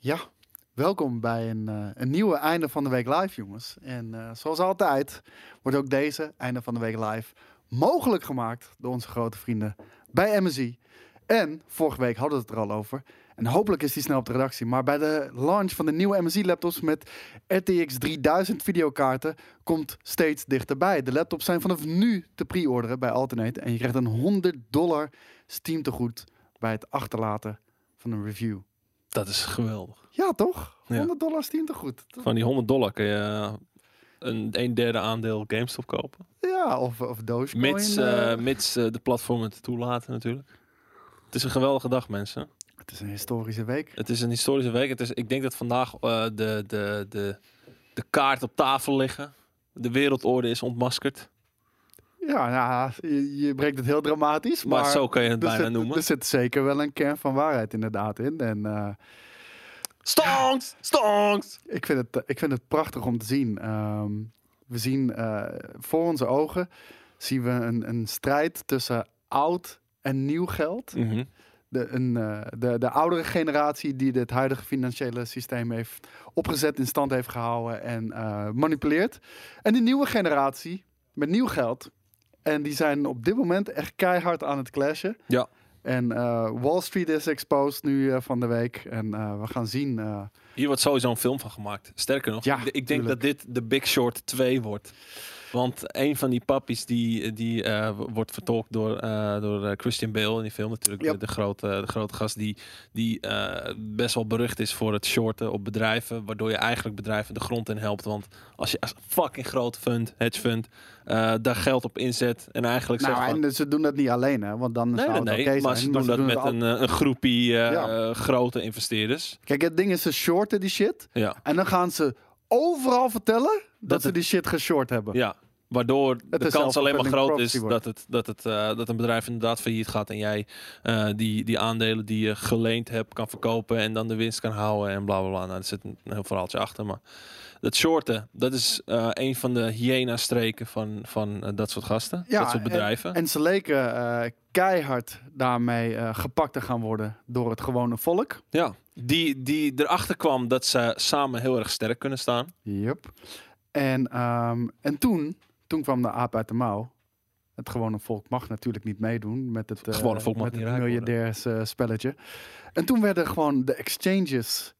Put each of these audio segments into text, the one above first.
Ja, welkom bij een nieuwe Einde van de Week Live, jongens. En zoals altijd wordt ook deze Einde van de Week Live mogelijk gemaakt door onze grote vrienden bij MSI. En vorige week hadden we het er al over. En hopelijk is die snel op de redactie. Maar bij de launch van de nieuwe MSI-laptops met RTX 3000 videokaarten komt steeds dichterbij. De laptops zijn vanaf nu te pre-orderen bij Alternate. En je krijgt een $100 Steam tegoed bij het achterlaten van een review. Dat is geweldig. Ja, toch? Ja. $100 Steam tegoed. Van die $100 kun je een derde aandeel GameStop kopen. Ja, of Dogecoin. Mits de platformen het toelaten natuurlijk. Het is een geweldige dag, mensen. Het is een historische week. Het is een historische week. Ik denk dat vandaag de kaart op tafel liggen. De wereldorde is ontmaskerd. Ja, je brengt het heel dramatisch. Maar zo kan je het bijna noemen. Er zit zeker wel een kern van waarheid inderdaad in. En Stonks! ik vind het prachtig om te zien. We zien voor onze ogen zien we een strijd tussen oud en nieuw geld. Mhm. De oudere generatie die het huidige financiële systeem heeft opgezet, in stand heeft gehouden en manipuleert. En de nieuwe generatie met nieuw geld. En die zijn op dit moment echt keihard aan het clashen. Ja. En Wall Street is exposed nu van de week. En we gaan zien. Hier wordt sowieso een film van gemaakt. Sterker nog, Ja, ik denk tuurlijk. dat dit The Big Short 2 wordt. Want een van die pappies die wordt vertolkt door Christian Bale in die film natuurlijk. Yep. De grote gast die best wel berucht is voor het shorten op bedrijven. Waardoor je eigenlijk bedrijven de grond in helpt. Want als je als fucking grote hedge fund, daar geld op inzet. En eigenlijk Nou, zegt van, en ze doen dat niet alleen, hè? Want dan zou het oké zijn. maar ze doen dat met een groepie grote investeerders. Kijk, het ding is, ze shorten die shit. Ja. En dan gaan ze overal vertellen dat Dat ze het- die shit geshort hebben. Ja, waardoor de is kans alleen maar groot is self-fulfilling dat een bedrijf inderdaad failliet gaat en jij die aandelen die je geleend hebt kan verkopen en dan de winst kan houden en bla bla bla. Nou, er zit een heel verhaaltje achter, maar dat shorten, dat is een van de hyena-streken van dat soort gasten, dat soort bedrijven. En ze leken keihard daarmee gepakt te gaan worden door het gewone volk. Ja, die erachter kwam dat ze samen heel erg sterk kunnen staan. Yep. En toen kwam de aap uit de mouw. Het gewone volk mag natuurlijk niet meedoen met het, Gewone volk mag met niet het rijk worden. miljardairs spelletje. En toen werden gewoon de exchanges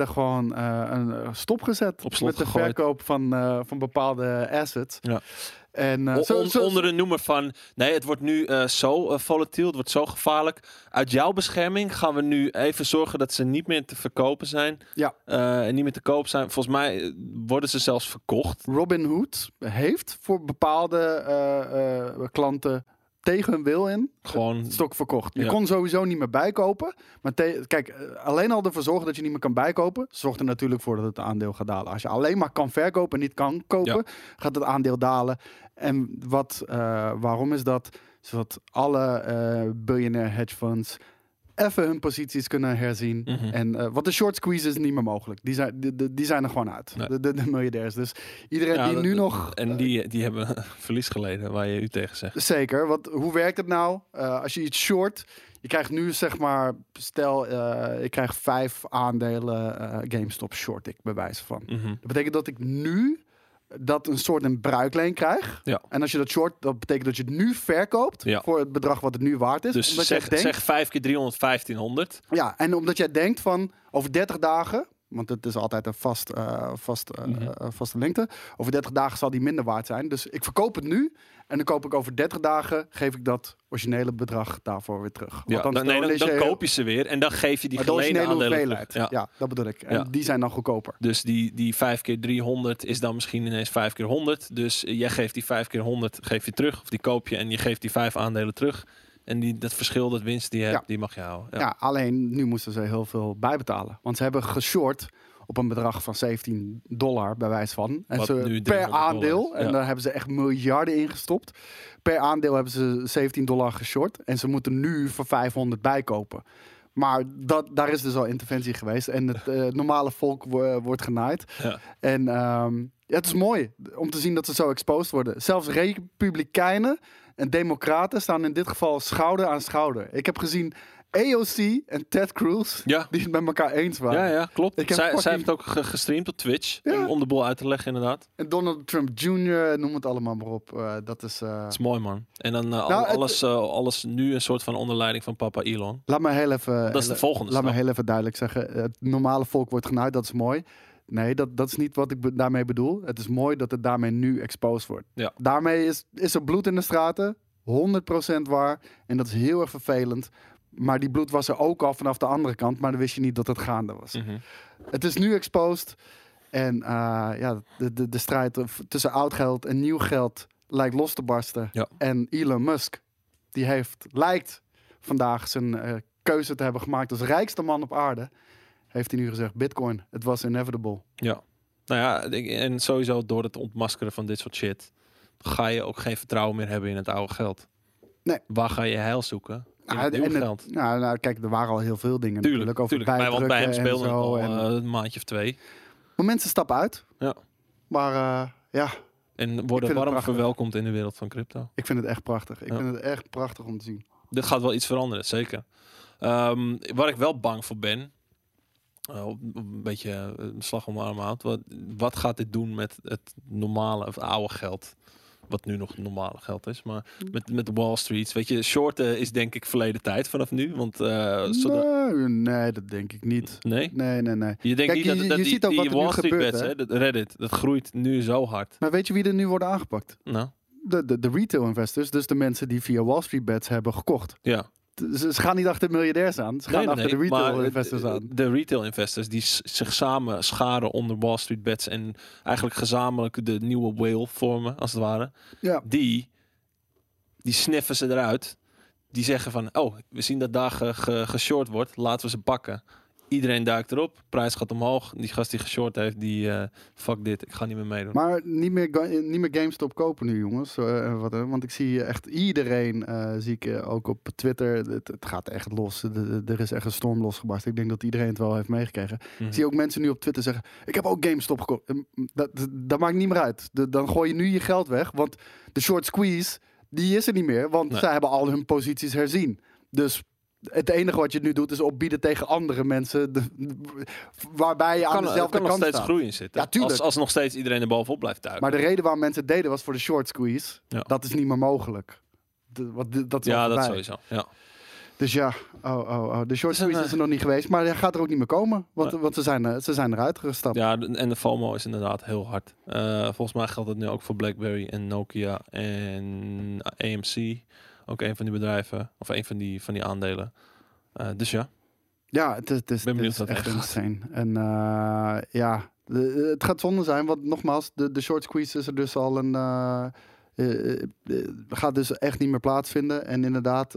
een stopgezet Op slot met de gegooid. verkoop van bepaalde assets. Ja. En Onder de noemer van, nee, het wordt nu zo volatiel, het wordt zo gevaarlijk. Uit jouw bescherming gaan we nu even zorgen dat ze niet meer te verkopen zijn. Ja. En niet meer te koop zijn. Volgens mij worden ze zelfs verkocht. Robinhood heeft voor bepaalde klanten tegen hun wil in Gewoon, het stok verkocht. Je Ja. kon sowieso niet meer bijkopen. Maar kijk, alleen al ervoor zorgen dat je niet meer kan bijkopen, zorgt er natuurlijk voor dat het aandeel gaat dalen. Als je alleen maar kan verkopen en niet kan kopen, gaat het aandeel dalen. En waarom is dat? Zodat alle biljonair hedge funds even hun posities kunnen herzien. Mhm. En want de short squeeze is niet meer mogelijk. Die zijn er gewoon uit. Nee. De miljardairs. Dus iedereen Ja, die nu nog... En die hebben verlies geleden, waar je u tegen zegt. Zeker, want hoe werkt het nou? Als je iets short, je krijgt nu zeg maar, stel ik krijg 5 aandelen GameStop short ik bij wijze van. Mhm. Dat betekent dat ik nu dat een soort een bruikleen krijg. Ja. En als je dat short, dat betekent dat je het nu verkoopt Ja. voor het bedrag wat het nu waard is. Dus Omdat jij denkt, zeg 5 keer 300, 1500. ja, en omdat jij denkt van over 30 dagen, want het is altijd een vaste lengte. Over 30 dagen zal die minder waard zijn. Dus ik verkoop het nu. En dan koop ik over 30 dagen, geef ik dat originele bedrag daarvoor weer terug. Ja, Althans, dan koop je ze weer en dan geef je die maar de geleende originele aandelen hoeveelheid. terug. Ja, dat bedoel ik. En Ja. die zijn dan goedkoper. Dus die 5 keer 300 is dan misschien ineens 5 keer 100. Dus jij geeft die 5 keer 100 geef je terug. Of die koop je en je geeft die 5 aandelen terug. En dat verschil, dat winst die je hebt, die mag je houden. Ja, alleen nu moesten ze heel veel bijbetalen. Want ze hebben geshort op een bedrag van $17 bij wijze van. En Wat ze nu per $300 aandeel. is. En Ja. daar hebben ze echt miljarden in gestopt. Per aandeel hebben ze $17 geshort. En ze moeten nu voor 500 bijkopen. Maar daar is dus al interventie geweest. En het normale volk wordt genaaid. Ja. En ja, het is mooi om te zien dat ze zo exposed worden. Zelfs republikeinen en democraten staan in dit geval schouder aan schouder. Ik heb gezien AOC en Ted Cruz, Ja. die het met elkaar eens waren. Ja, klopt. Ik heb Zij fucking- heeft het ook gestreamd op Twitch. Ja. Om de boel uit te leggen, inderdaad. En Donald Trump Jr., noem het allemaal maar op. Dat is... Dat is mooi, man. En dan Nou, alles nu een soort van onder leiding van papa Elon. Laat me heel even... Dat is de volgende Laat me stap. heel even duidelijk zeggen. Het normale volk wordt genaaid, dat is mooi. Nee, dat is niet wat ik daarmee bedoel. Het is mooi dat het daarmee nu exposed wordt. Ja. Daarmee is er bloed in de straten. 100% waar. En dat is heel erg vervelend. Maar die bloed was er ook al vanaf de andere kant. Maar dan wist je niet dat het gaande was. Mhm. Het is nu exposed. En de strijd tussen oud geld en nieuw geld lijkt los te barsten. Ja. En Elon Musk, die lijkt vandaag zijn keuze te hebben gemaakt als rijkste man op aarde. Heeft hij nu gezegd, Bitcoin, het was inevitable. Ja. Nou ja, en sowieso door het ontmaskeren van dit soort shit... ga je ook geen vertrouwen meer hebben in het oude geld. Nee. Waar ga je heil zoeken? In het nieuwe geld. Nou, kijk, er waren al heel veel dingen natuurlijk over Want bij hem en speelde het zo. al En, een maandje of 2. maar mensen stappen uit. Ja. Maar ja, En vind worden het warm prachtig. verwelkomd in de wereld van crypto. ik vind het echt prachtig. Ik Ja. vind het echt prachtig om te zien. Dit gaat wel iets veranderen, zeker. Waar ik wel bang voor ben... een beetje een slag om de arm houdt. Wat gaat dit doen met het normale of oude geld? Wat nu nog normale geld is. Maar met de Wall Street. Weet je, shorten is denk ik verleden tijd vanaf nu. Want Nee, dat denk ik niet. Nee? Nee. Je denkt Kijk, niet dat je ziet ook wat die er nu Wall Street gebeurt, bets, hè? hè? Dat Reddit, dat groeit nu zo hard. Maar weet je wie er nu worden aangepakt? Nou, De retail investors, dus de mensen die via Wall Street bets hebben gekocht. ja. Ze gaan niet achter miljonairs aan, ze gaan achter de retail maar investors aan. de retail investors die zich samen scharen onder Wall Street bets en eigenlijk gezamenlijk de nieuwe whale vormen, als het ware. Ja. Die sniffen ze eruit. Die zeggen van, oh, we zien dat daar geshort wordt, laten we ze pakken. Iedereen duikt erop, prijs gaat omhoog. Die gast die geshort heeft, die fuck dit, ik ga niet meer meedoen. Maar niet meer GameStop kopen nu, jongens. Want ik zie echt iedereen, zie ik ook op Twitter, het gaat echt los. Er is echt een storm losgebarsten. Ik denk dat iedereen het wel heeft meegekregen. Mhm. Ik zie ook mensen nu op Twitter zeggen, ik heb ook GameStop gekocht. Dat maakt niet meer uit. Dan gooi je nu je geld weg, want de short squeeze, die is er niet meer. Want Nee. zij hebben al hun posities herzien. Dus het enige wat je nu doet is opbieden tegen andere mensen. Waarbij je aan kan dezelfde nog kant steeds staat. groei in zitten. Ja, tuurlijk. Als nog steeds iedereen er bovenop blijft duiken. Maar de reden waarom mensen het deden was voor de short squeeze. Ja. Dat is niet meer mogelijk. Dat is al Ja, dat voorbij. sowieso. Ja. Dus ja, de short Het is een, squeeze is er nog niet geweest. Maar hij gaat er ook niet meer komen. Want ze zijn eruit gestapt. Ja, en de FOMO is inderdaad heel hard. Volgens mij geldt het nu ook voor BlackBerry en Nokia en AMC. Ook een van die bedrijven, of een van die aandelen. Dus ja, Ja, het is ben benieuwd het wat is het echt echt insane. En het gaat zonde zijn. Want nogmaals, de short squeeze is er dus al een... gaat dus echt niet meer plaatsvinden. En inderdaad...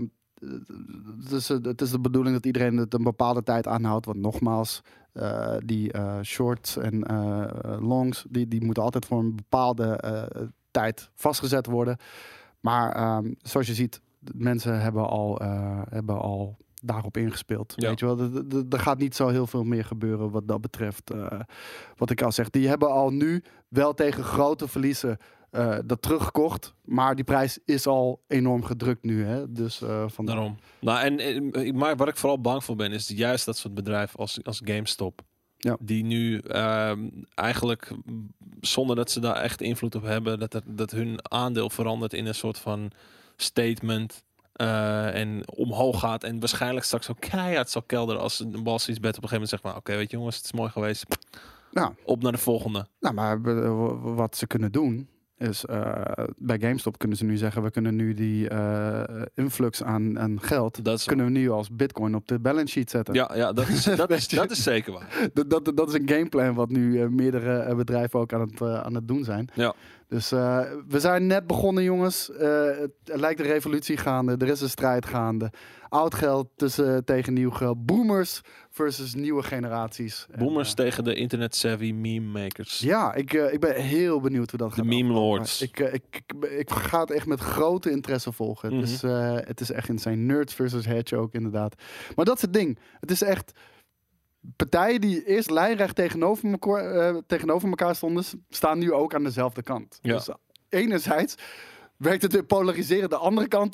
het is de bedoeling dat iedereen het een bepaalde tijd aanhoudt. Want nogmaals, die shorts en longs, die moeten altijd voor een bepaalde tijd vastgezet worden. Maar zoals je ziet, mensen hebben al daarop ingespeeld. Ja. Weet je wel, er gaat niet zo heel veel meer gebeuren wat dat betreft. Wat ik al zeg, die hebben al nu wel tegen grote verliezen dat teruggekocht. Maar die prijs is al enorm gedrukt nu. Hè? Dus vandaar. daarom. Nou, maar waar ik vooral bang voor ben, is juist dat soort bedrijven als GameStop. Ja. Die nu eigenlijk, zonder dat ze daar echt invloed op hebben, dat hun aandeel verandert in een soort van statement. En omhoog gaat en waarschijnlijk straks ook keihard zal kelderen als een Wall Street bet op een gegeven moment zegt, maar oké, weet je jongens, het is mooi geweest. Nou, Op naar de volgende. nou, maar wat ze kunnen doen is, bij GameStop kunnen ze nu zeggen, we kunnen nu die influx aan geld, Dat is, kunnen we nu als Bitcoin op de balance sheet zetten. ja, dat is zeker waar. Dat is een gameplan wat nu meerdere bedrijven ook aan het doen zijn. Ja. Dus we zijn net begonnen, jongens. Het lijkt een revolutie gaande. Er is een strijd gaande. Oud geld tegen nieuw geld. Boomers versus nieuwe generaties. Boomers En, tegen de internet-savvy meme-makers. ja, ik ben heel benieuwd hoe dat De gaat. meme aflopen. lords. Ik ga het echt met grote interesse volgen. Het is echt insane. Nerds versus hedge ook, inderdaad. Maar dat is het ding. Het is echt... Partijen die eerst lijnrecht tegenover elkaar stonden, staan nu ook aan dezelfde kant. Ja. Dus enerzijds werkt het weer polariseren de andere kant op.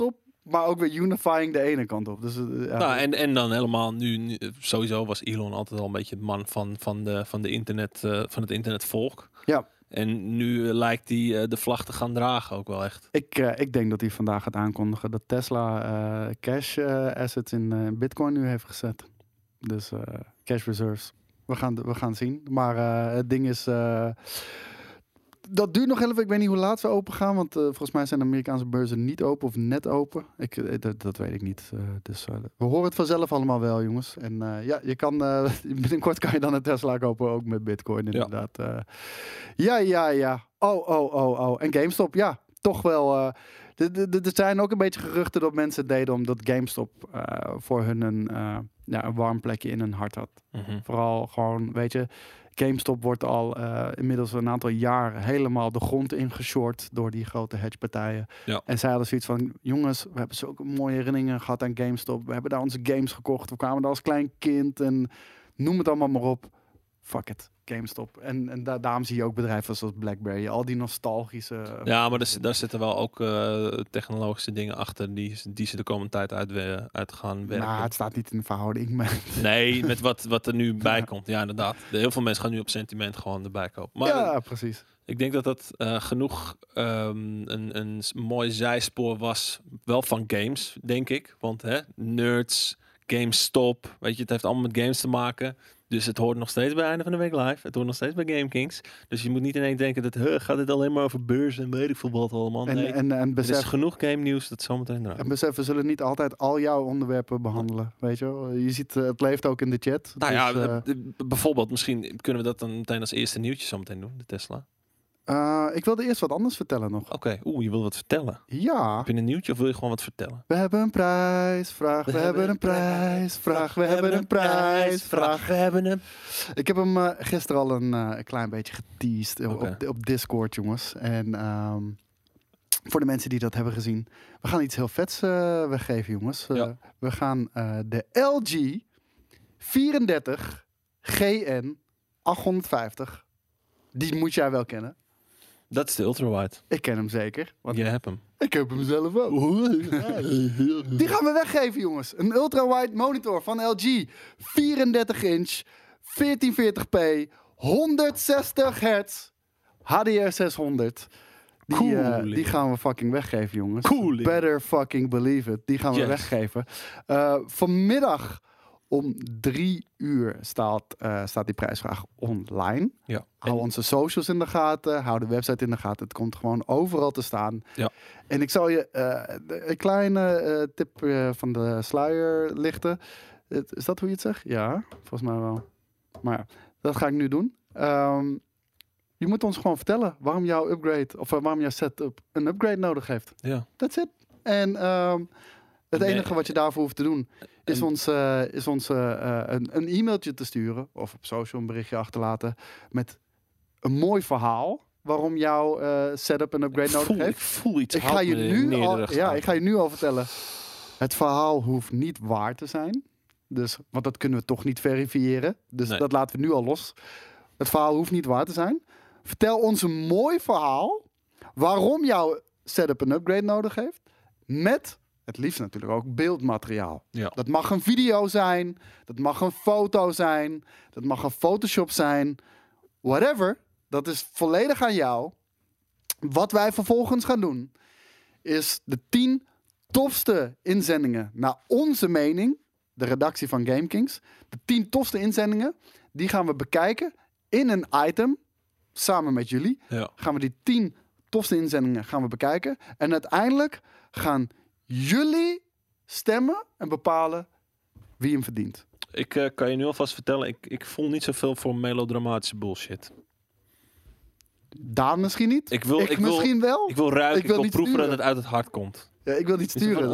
maar ook weer unifying de ene kant op. Dus, ja. Nou, en dan helemaal nu, sowieso was Elon altijd al een beetje het man van het internetvolk. Ja. En nu lijkt hij de vlag te gaan dragen ook wel echt. Ik denk dat hij vandaag gaat aankondigen dat Tesla cash assets in Bitcoin nu heeft gezet. Dus cash reserves. We gaan zien. Maar het ding is... dat duurt nog even. Ik weet niet hoe laat ze open gaan. Want volgens mij zijn de Amerikaanse beurzen niet open of net open. Dat weet ik niet. Dus we horen het vanzelf allemaal wel, jongens. En ja, je kan binnenkort kan je dan een Tesla kopen, ook met Bitcoin inderdaad. Ja. Oh. En GameStop, ja, toch wel. Er zijn ook een beetje geruchten dat mensen het deden omdat GameStop voor hun een warm plekje in hun hart had. Mhm. Vooral gewoon, weet je, GameStop wordt al inmiddels een aantal jaar helemaal de grond ingeshort door die grote hedgepartijen. Ja. En zij hadden zoiets van, jongens, we hebben zulke mooie herinneringen gehad aan GameStop. We hebben daar onze games gekocht. We kwamen daar als klein kind en noem het allemaal maar op. Fuck it, GameStop. En daarom zie je ook bedrijven zoals BlackBerry. Al die nostalgische... Ja, maar daar zitten wel ook technologische dingen achter die ze de komende tijd uit gaan werken. Nou, het staat niet in de verhouding. Maar... Nee, met wat er nu bij komt. Ja, inderdaad. Heel veel mensen gaan nu op sentiment gewoon erbij kopen. Maar ja, precies. ik denk dat dat genoeg een mooi zijspoor was. Wel van games, denk ik. Want nerds, GameStop, weet je, het heeft allemaal met games te maken. Dus het hoort nog steeds bij Einde van de Week Live. Het hoort nog steeds bij GameKings. Dus je moet niet ineens denken dat gaat dit alleen maar over beurs en weet ik veel wat allemaal. Nee, En er is genoeg game nieuws dat zometeen eruit. En besef, we zullen niet altijd al jouw onderwerpen behandelen. Weet je wel? Je ziet, het leeft ook in de chat. Nou dus, ja, bijvoorbeeld, misschien kunnen we dat dan meteen als eerste nieuwtje zometeen doen, de Tesla. ik wilde eerst wat anders vertellen nog. Oké, je wil wat vertellen. Ja. Heb je een nieuwtje of wil je gewoon wat vertellen? We hebben een prijsvraag. We hebben een prijsvraag. We hebben een prijsvraag. We hebben hem. Ik heb hem gisteren al een klein beetje geteased op Discord, jongens. En voor de mensen die dat hebben gezien. We gaan iets heel vets weggeven, jongens. We gaan de LG 34 GN 850. Die moet jij wel kennen. Dat is de ultrawide. Ik ken hem zeker. Want Je hebt hem. ik heb hem zelf ook. Die gaan we weggeven, jongens. Een ultrawide monitor van LG. 34 inch. 1440p. 160 hertz. HDR 600. Die gaan we fucking weggeven, jongens. Cool. Better fucking believe it. Die gaan we weggeven. Vanmiddag om 3 uur staat die prijsvraag online. Ja. Hou onze socials in de gaten. Hou de website in de gaten. Het komt gewoon overal te staan. Ja. En ik zal je een kleine tip van de sluier lichten. Is dat hoe je het zegt? Ja, volgens mij wel. Maar ja, dat ga ik nu doen. Je moet ons gewoon vertellen waarom jouw upgrade of waarom jouw setup een upgrade nodig heeft. Ja. That's it. En het enige wat je daarvoor hoeft te doen is ons een e-mailtje te sturen of op social een berichtje achterlaten met een mooi verhaal waarom jouw setup een upgrade nodig heeft. Ik voel iets. Ik ga je nu al vertellen. Het verhaal hoeft niet waar te zijn. Dus, want dat kunnen we toch niet verifiëren. Dus dat laten we nu al los. Het verhaal hoeft niet waar te zijn. Vertel ons een mooi verhaal waarom jouw setup een upgrade nodig heeft. Met het liefst natuurlijk ook beeldmateriaal. Ja. Dat mag een video zijn. Dat mag een foto zijn. Dat mag een Photoshop zijn. Whatever. Dat is volledig aan jou. Wat wij vervolgens gaan doen is de 10 tofste inzendingen naar onze mening. De redactie van GameKings. De 10 tofste inzendingen. Die gaan we bekijken in een item. Samen met jullie. Ja. Gaan we die 10 tofste inzendingen gaan we bekijken. En uiteindelijk gaan jullie stemmen en bepalen wie hem verdient. Ik kan je nu alvast vertellen, ik voel niet zoveel voor melodramatische bullshit. Daan misschien niet. Ik wil misschien wel. Ik wil ruiken, ik wil niet proeven sturen. dat het uit het hart komt. Ja, ik wil niet sturen.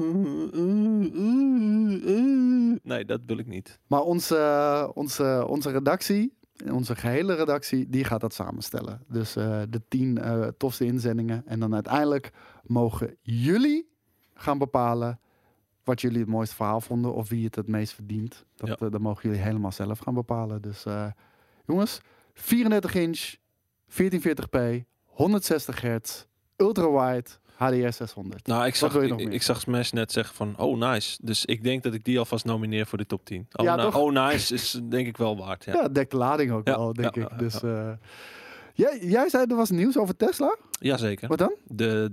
Nee, dat wil ik niet. Maar onze redactie, onze gehele redactie, die gaat dat samenstellen. Dus de 10 tofste inzendingen. En dan uiteindelijk mogen jullie gaan bepalen wat jullie het mooiste verhaal vonden. Of wie het meest verdient. Dat mogen jullie helemaal zelf gaan bepalen. Dus jongens, 34 inch, 1440p, 160 hertz, ultrawide, HDR 600. Nou, Wat wil je nog meer? ik zag Smash net zeggen van, oh nice. Dus ik denk dat ik die alvast nomineer voor de top 10. Ja, toch? Oh nice is denk ik wel waard. Ja, Ja, dekt de lading ook Ja, wel, denk ja, ik. ja, Dus, jij zei er was nieuws over Tesla. Jazeker. Wat dan?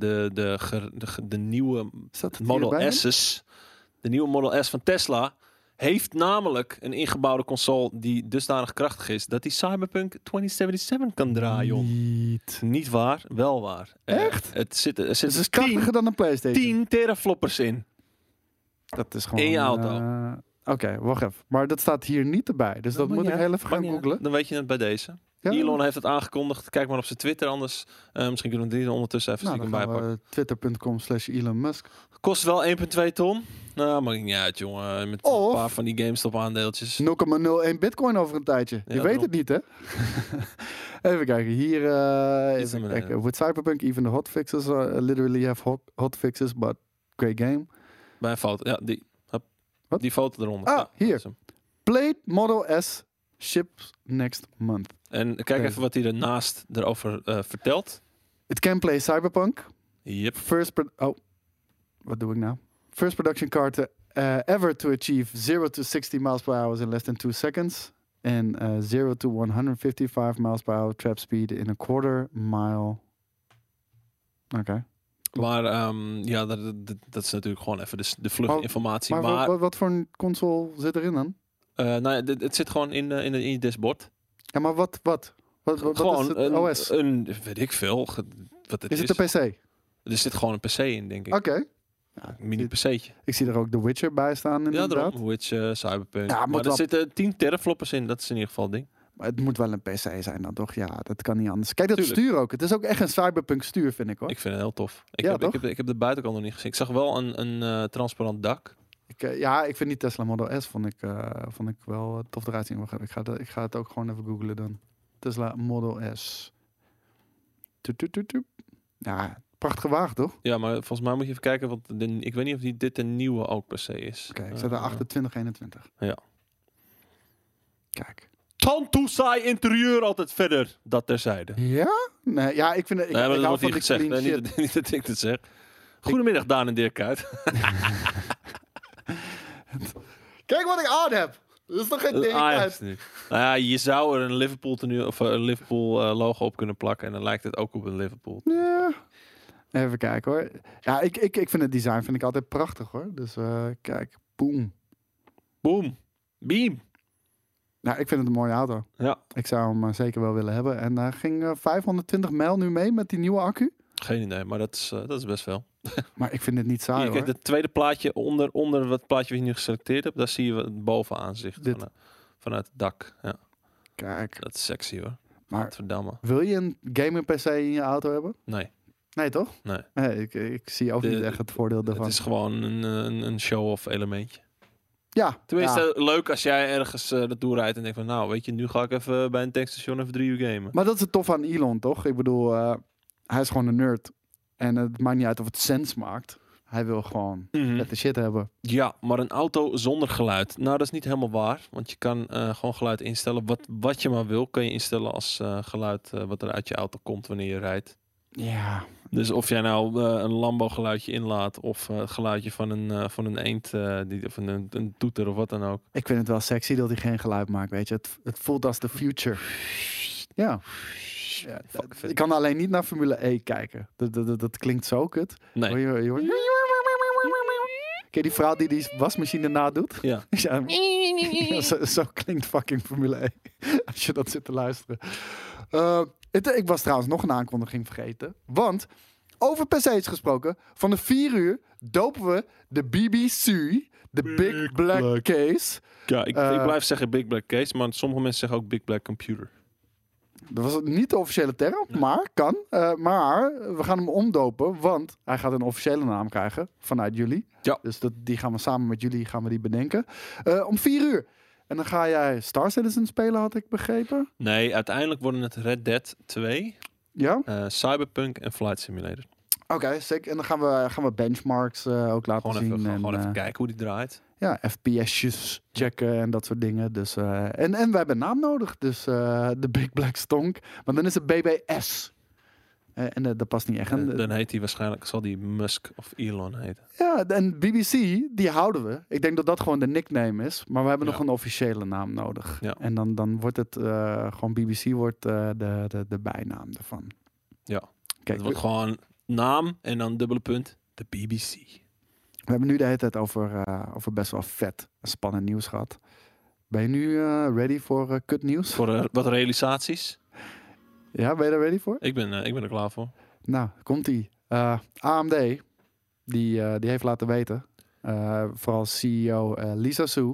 De nieuwe Staat het Model hierbij? S's. De nieuwe Model S van Tesla heeft namelijk een ingebouwde console die dusdanig krachtig is dat die Cyberpunk 2077 kan draaien. Niet. Niet waar, wel waar. Echt? Er Dus het is zitten krachtiger dan een PlayStation. 10 terafloppers in. Dat is gewoon... In je auto. Oké, wacht even. Maar dat staat hier niet erbij. Dus dat moet ik heel even gaan googlen. Dan weet je het bij deze. Ja? Elon heeft het aangekondigd. Kijk maar op zijn Twitter anders. Misschien kunnen we die er ondertussen even Nou, stiekem dan gaan bijpakken. we twitter.com/Elon Musk. Kost wel 1,2 ton. Nou, maakt niet uit, jongen. Met Of- een paar van die GameStop aandeeltjes. 0,01 bitcoin over een tijdje. Ja, Je weet daarom. het niet, hè? Even kijken. Hier, Iets even naar kijken. beneden. With Cyberpunk, even the hotfixes literally have hotfixes, but great game. Bij een foto. Ja, die. Hup. Wat? Die foto eronder. Ah, Ja, hier. dat is hem. Blade Model S ships next month. En kijk Deze. even wat hij ernaast erover vertelt. It can play Cyberpunk. Yep. Wat doe ik nou? First production car to, ever to achieve 0 to 60 miles per hour in less than 2 seconds. And 0 to 155 miles per hour trap speed in a quarter mile. Oké. Maar ja, dat is natuurlijk gewoon even de vluchtinformatie. Maar wat voor een console zit erin dan? Nou ja, het zit gewoon in je dashboard. Ja, maar wat? Wat Gewoon is het een OS? weet ik veel. Wat het Is is. het een PC? Er zit gewoon een PC in, denk ik. Oké. Ja, Een mini PC'tje. ik zie er ook The Witcher bij staan Ja, inderdaad. daarom. Witch, Cyberpunk. Ja, moet maar er wel- zitten 10 terafloppers in. Dat is in ieder geval het ding. Maar het moet wel een PC zijn dan toch? Ja, dat kan niet anders. Kijk, dat Tuurlijk. stuur ook. Het is ook echt een Cyberpunk stuur, vind ik hoor. Ik vind het heel tof. Ja, toch? Ik heb de buitenkant nog niet gezien. Ik zag wel een transparant dak. Ik vind die Tesla Model S vond ik wel tof eruit zien. Wacht even, ik ga het ook gewoon even googlen dan. Tesla Model S. Toet. Ja, prachtige wagen toch? Ja, maar volgens mij moet je even kijken. Want ik weet niet of dit een nieuwe ook per se is. Oké, ik zet er 2821. Ja. Kijk. Tantoesai interieur altijd verder. Dat terzijde. Ja? Nee, ja, ik vind het... Nee, maar ik dat hou wordt van niet die gezegd. clean Nee, shit. niet dat ik het zeg. Goedemiddag, Daan en Dirk Kuyt. Kijk wat ik aan heb! Dat is toch geen ding uit? Nu. Nou ja, je zou er een Liverpool tenue of een Liverpool logo op kunnen plakken. En dan lijkt het ook op een Liverpool. Ja. Even kijken hoor. Ja, ik vind het design vind ik altijd prachtig hoor. Dus kijk, boom. Boom. Beam. Nou, ik vind het een mooie auto. Ja. Ik zou hem zeker wel willen hebben. En daar ging 520 mijl nu mee met die nieuwe accu. Geen idee, maar dat is best veel. Maar ik vind het niet saai Hier, hoor. kijk, het tweede plaatje onder het plaatje wat je nu geselecteerd hebt. Daar zie je het bovenaanzicht Dit. vanuit het dak. Ja, Kijk, dat is sexy hoor. maar Verdamme. wil je een gaming PC in je auto hebben? Nee, Nee toch? nee. Nee, ik zie ook niet echt het voordeel daarvan. Het is gewoon een show-off elementje. Ja, Tenminste, ja. leuk als jij ergens naartoe rijdt en denkt van... Nou, weet je, nu ga ik even bij een tankstation even 3 uur gamen. Maar dat is het tof aan Elon, toch? Ik bedoel, hij is gewoon een nerd. En het maakt niet uit of het sens maakt. Hij wil gewoon vette shit hebben. Ja, maar een auto zonder geluid. Nou, dat is niet helemaal waar. Want je kan gewoon geluid instellen. Wat je maar wil, kan je instellen als geluid wat er uit je auto komt wanneer je rijdt. Ja. Dus of jij nou een Lambo geluidje inlaat of het geluidje van een eend of een toeter of wat dan ook. Ik vind het wel sexy dat hij geen geluid maakt, weet je. Het voelt als de future. Ja. Ja, Fuck, vet. ik kan alleen niet naar Formule E kijken. Dat klinkt zo kut. Nee. Hoor je hoort... Kijk, die vrouw die wasmachine nadoet. Ja. Ja, ja, zo klinkt fucking Formule E. Als je dat zit te luisteren. Ik was trouwens nog een aankondiging vergeten. Want, over PC's gesproken. Van de 4 uur dopen we de BBC. De Big Black Case. Ja, ik blijf zeggen Big Black Case, maar sommige mensen zeggen ook Big Black Computer. Dat was niet de officiële term, maar kan. Maar we gaan hem omdopen, want hij gaat een officiële naam krijgen vanuit jullie. Ja. Dus die gaan we samen met jullie bedenken. Om 4 uur. En dan ga jij Star Citizen spelen, had ik begrepen. Nee, uiteindelijk worden het Red Dead 2, Ja? Cyberpunk en Flight Simulator. Oké, sick. En dan gaan we benchmarks ook laten Gewoon zien. even, en, even kijken hoe die draait. Ja, FPS'jes checken en dat soort dingen. Dus, en we hebben een naam nodig. Dus de Big Black Stonk. Maar dan is het BBS. En dat past niet echt. En, Dan heet hij waarschijnlijk, zal die Musk of Elon heten. ja, en BBC, die houden we. Ik denk dat dat gewoon de nickname is. Maar we hebben Ja. nog een officiële naam nodig. Ja. En dan wordt het gewoon BBC wordt de bijnaam ervan. Ja. Kijk, Het wordt gewoon naam en dan dubbele punt, de BBC. we hebben nu de hele tijd over best wel vet spannend nieuws gehad. Ben je nu ready voor kut nieuws? Voor wat realisaties. Ja, ben je er ready voor? Ik ben er klaar voor. Nou, komt-ie. AMD, die heeft laten weten, vooral CEO Lisa Su,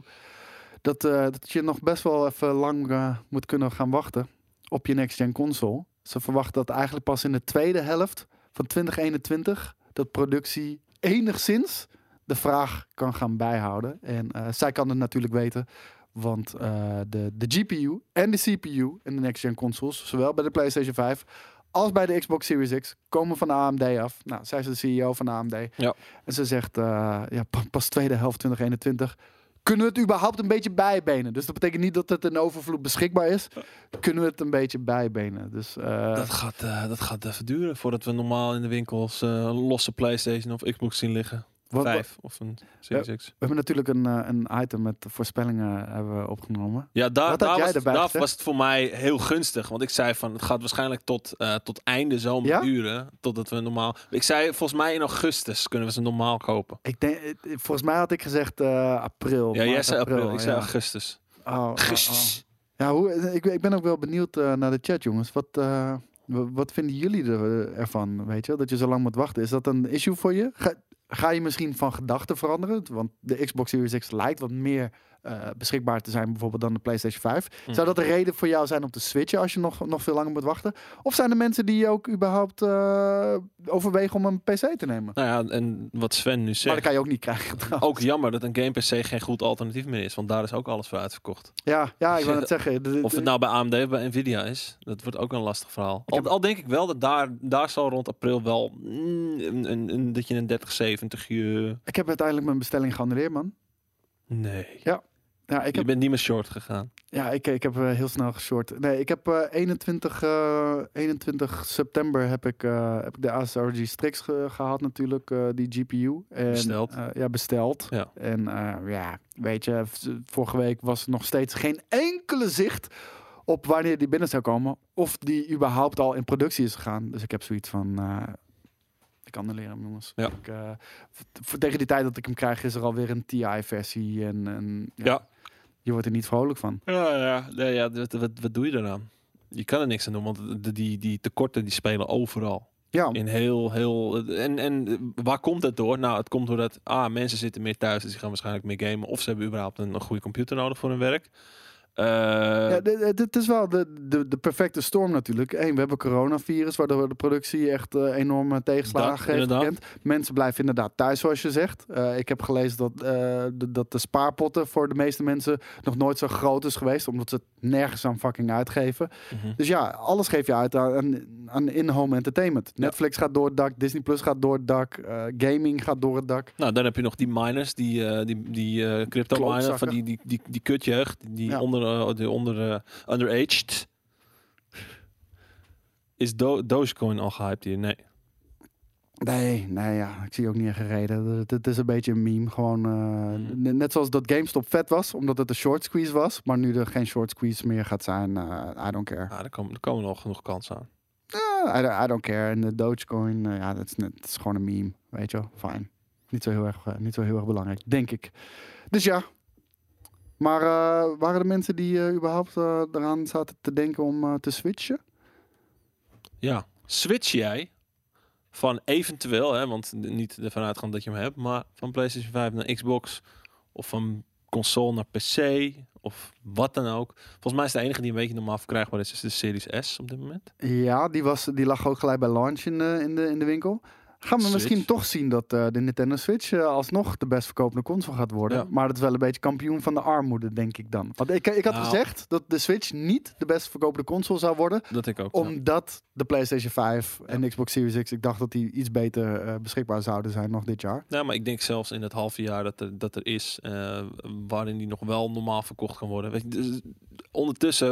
dat je nog best wel even lang moet kunnen gaan wachten op je next-gen console. Ze verwachten dat eigenlijk pas in de tweede helft van 2021 dat productie enigszins de vraag kan gaan bijhouden. En zij kan het natuurlijk weten, want de GPU en de CPU in de next-gen consoles, zowel bij de PlayStation 5 als bij de Xbox Series X, komen van de AMD af. Nou, zij is de CEO van de AMD. Ja. En ze zegt, pas tweede helft 2021... kunnen we het überhaupt een beetje bijbenen. Dus dat betekent niet dat het in overvloed beschikbaar is. Kunnen we het een beetje bijbenen. Dus, Dat gaat even duren voordat we normaal in de winkels losse PlayStation of Xbox zien liggen. 5 of een Series X. We hebben natuurlijk een item met voorspellingen hebben we opgenomen. Ja, Wat had jij erbij daar gezegd? was het voor mij heel gunstig. Want ik zei van, het gaat waarschijnlijk tot einde zomer Ja? duren. Totdat we normaal... Ik zei, volgens mij in augustus kunnen we ze normaal kopen. Ik denk, volgens mij had ik gezegd april. Ja, jij maart, zei april. Ik zei ja. augustus. Oh. Augustus. Ja, ik ben ook wel benieuwd naar de chat, jongens. Wat vinden jullie ervan? Weet je, dat je zo lang moet wachten. Is dat een issue voor je? Ga je misschien van gedachten veranderen? Want de Xbox Series X lijkt wat meer beschikbaar te zijn, bijvoorbeeld dan de PlayStation 5. Zou dat een reden voor jou zijn om te switchen als je nog veel langer moet wachten? Of zijn er mensen die ook überhaupt overwegen om een PC te nemen? Nou ja, en wat Sven nu Maar zegt. dat kan je ook niet krijgen. trouwens. Ook jammer dat een game PC geen goed alternatief meer is. Want daar is ook alles voor uitverkocht. Ja, ik wil het zeggen. Of het nou bij AMD of bij Nvidia is. Dat wordt ook een lastig verhaal. Al denk ik wel dat daar zal rond april wel... dat je een 3070... Ik heb uiteindelijk mijn bestelling geannuleerd, man. Nee. Ja, Je bent niet meer short gegaan. Ja, ik heb heel snel geshort. Nee, ik heb 21 september heb ik de Asus ROG Strix gehad natuurlijk, die GPU. En, Besteld. Besteld. Ja. En weet je, vorige week was er nog steeds geen enkele zicht op wanneer die binnen zou komen. Of die überhaupt al in productie is gegaan. Dus ik heb zoiets van... ik annuleer hem, jongens. Ja. Tegen die tijd dat ik hem krijg is er alweer een TI-versie. En Ja. je wordt er niet vrolijk van. Ja. Wat doe je eraan? Je kan er niks aan doen, want die tekorten die spelen overal. Ja, In heel... En waar komt het door? Nou, het komt doordat mensen zitten meer thuis, dus die gaan waarschijnlijk meer gamen. Of ze hebben überhaupt een goede computer nodig voor hun werk. het is wel de perfecte storm natuurlijk. We hebben coronavirus, waardoor de productie echt enorme tegenslagen heeft inderdaad. gekend. Mensen blijven inderdaad thuis, zoals je zegt. Ik heb gelezen dat de spaarpotten voor de meeste mensen nog nooit zo groot is geweest, omdat ze het nergens aan fucking uitgeven. Dus ja, alles geef je uit aan in-home entertainment. Netflix gaat door het dak, Disney Plus gaat door het dak, gaming gaat door het dak. Nou, dan heb je nog die miners, die crypto miners van Klootzakken. die kutjeugd, die underaged. Is Dogecoin al gehyped hier? Nee. Nee, ja, ik zie ook niet echt een reden. Het is een beetje een meme. Gewoon, net zoals dat GameStop vet was, omdat het een short squeeze was. Maar nu er geen short squeeze meer gaat zijn, I don't care. Er komen nog genoeg kansen aan. I don't care. En de Dogecoin, dat is gewoon een meme. Weet je wel, fijn. Niet zo heel erg belangrijk, denk ik. Dus ja. Maar waren er mensen die überhaupt eraan zaten te denken om te switchen? Ja. Switch jij van eventueel, want niet ervan uitgaan dat je hem hebt, maar van PlayStation 5 naar Xbox of van console naar PC of wat dan ook. Volgens mij is de enige die een beetje normaal verkrijgbaar is de Series S op dit moment. Ja, die lag ook gelijk bij launch in de winkel. Gaan we Switch. misschien toch zien dat de Nintendo Switch alsnog de best verkopende console gaat worden. Ja. Maar dat is wel een beetje kampioen van de armoede, denk ik dan. Want ik had gezegd dat de Switch niet de best verkopende console zou worden. Dat ik ook. Omdat de PlayStation 5 en de Xbox Series X, ik dacht dat die iets beter beschikbaar zouden zijn nog dit jaar. Ja, maar ik denk zelfs in het halve jaar dat er is, waarin die nog wel normaal verkocht kan worden. Weet je, dus ondertussen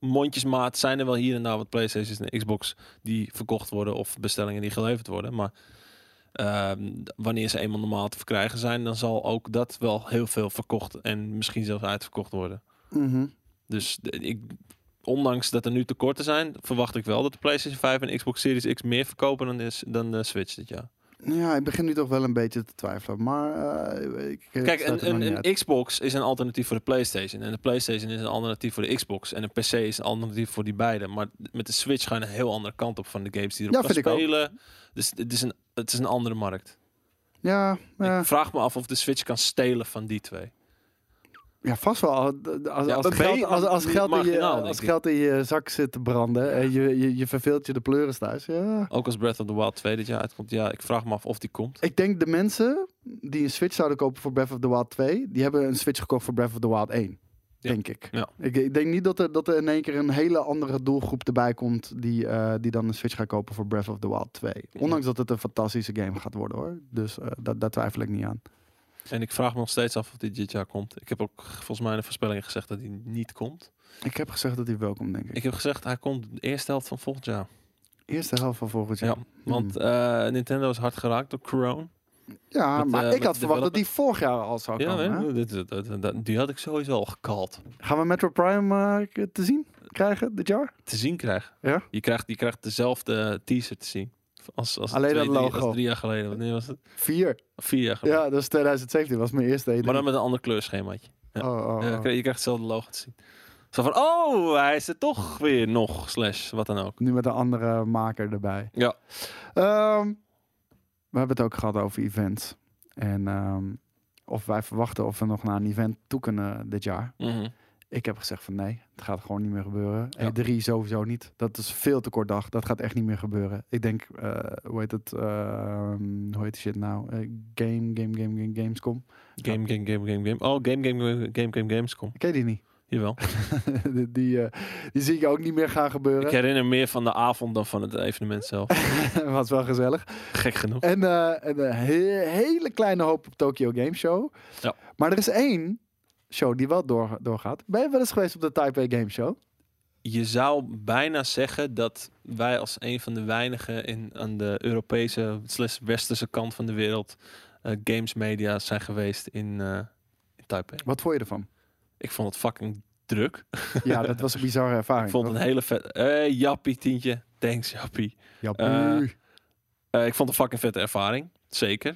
mondjesmaat zijn er wel hier en daar wat PlayStations en Xbox die verkocht worden of bestellingen die geleverd worden. Maar wanneer ze eenmaal normaal te verkrijgen zijn, dan zal ook dat wel heel veel verkocht en misschien zelfs uitverkocht worden. Mhm. Dus ondanks dat er nu tekorten zijn, verwacht ik wel dat de PlayStation 5 en Xbox Series X meer verkopen dan de Switch dit jaar. Ja, ik begin nu toch wel een beetje te twijfelen. Maar Kijk, een Xbox is een alternatief voor de PlayStation. En de PlayStation is een alternatief voor de Xbox. En een PC is een alternatief voor die beide. Maar met de Switch ga je een heel andere kant op van de games die erop kan spelen. Dus het is een andere markt. Ja. Ik vraag me af of de Switch kan stelen van die twee. Ja, vast wel. Als geld in je zak zit te branden en je verveelt je de pleuris thuis. Ja. Ook als Breath of the Wild 2 dit jaar uitkomt. Ja, ik vraag me af of die komt. Ik denk de mensen die een Switch zouden kopen voor Breath of the Wild 2, die hebben een Switch gekocht voor Breath of the Wild 1. Ja. Denk ik. Ja. Ik denk niet dat er in één keer een hele andere doelgroep erbij komt die dan een Switch gaat kopen voor Breath of the Wild 2. Ondanks dat het een fantastische game gaat worden hoor. Dus daar twijfel ik niet aan. En ik vraag me nog steeds af of dit jaar komt. Ik heb ook volgens mij in de voorspellingen gezegd dat hij niet komt. Ik heb gezegd dat hij wel komt, denk ik. Ik heb gezegd hij komt de eerste helft van volgend jaar. Eerste helft van volgend jaar. Ja, want Nintendo is hard geraakt door corona. Ja, maar ik had verwacht dat die vorig jaar al zou komen. Die had ik sowieso al gekald. Gaan we Metro Prime te zien krijgen dit jaar? Te zien krijgen? Ja. Je krijgt dezelfde teaser te zien. Als alleen dat logo. Als 3 jaar geleden. Wanneer was het? 4 jaar geleden. Ja, dat is 2017. was mijn eerste E3. Maar dan met een ander kleurschemaatje. Ja. Oh. Je krijgt hetzelfde logo te zien. Zo van, hij is er toch weer nog. / wat dan ook. Nu met een andere maker erbij. Ja. We hebben het ook gehad over events. En of wij verwachten of we nog naar een event toe kunnen dit jaar. Mhm. Ik heb gezegd van nee, het gaat gewoon niet meer gebeuren. Ja. E3 sowieso niet. Dat is veel te kort dag. Dat gaat echt niet meer gebeuren. Ik denk, hoe heet het? Hoe heet die shit nou? Gamescom. Game. Oh, Gamescom. Ken je die niet? Jawel. die zie ik ook niet meer gaan gebeuren. Ik herinner meer van de avond dan van het evenement zelf. Was wel gezellig. Gek genoeg. En een hele kleine hoop op Tokyo Game Show. Ja. Maar er is één show die wel doorgaat. Ben je wel eens geweest op de Taipei Game Show? Je zou bijna zeggen dat wij als een van de weinigen aan de Europese / westerse kant van de wereld games media zijn geweest in Taipei. Wat vond je ervan? Ik vond het fucking druk. Ja, dat was een bizarre ervaring. Ik vond het een hele vet... Jappie, tientje. Thanks, Jappie. Ik vond het een fucking vette ervaring. Zeker.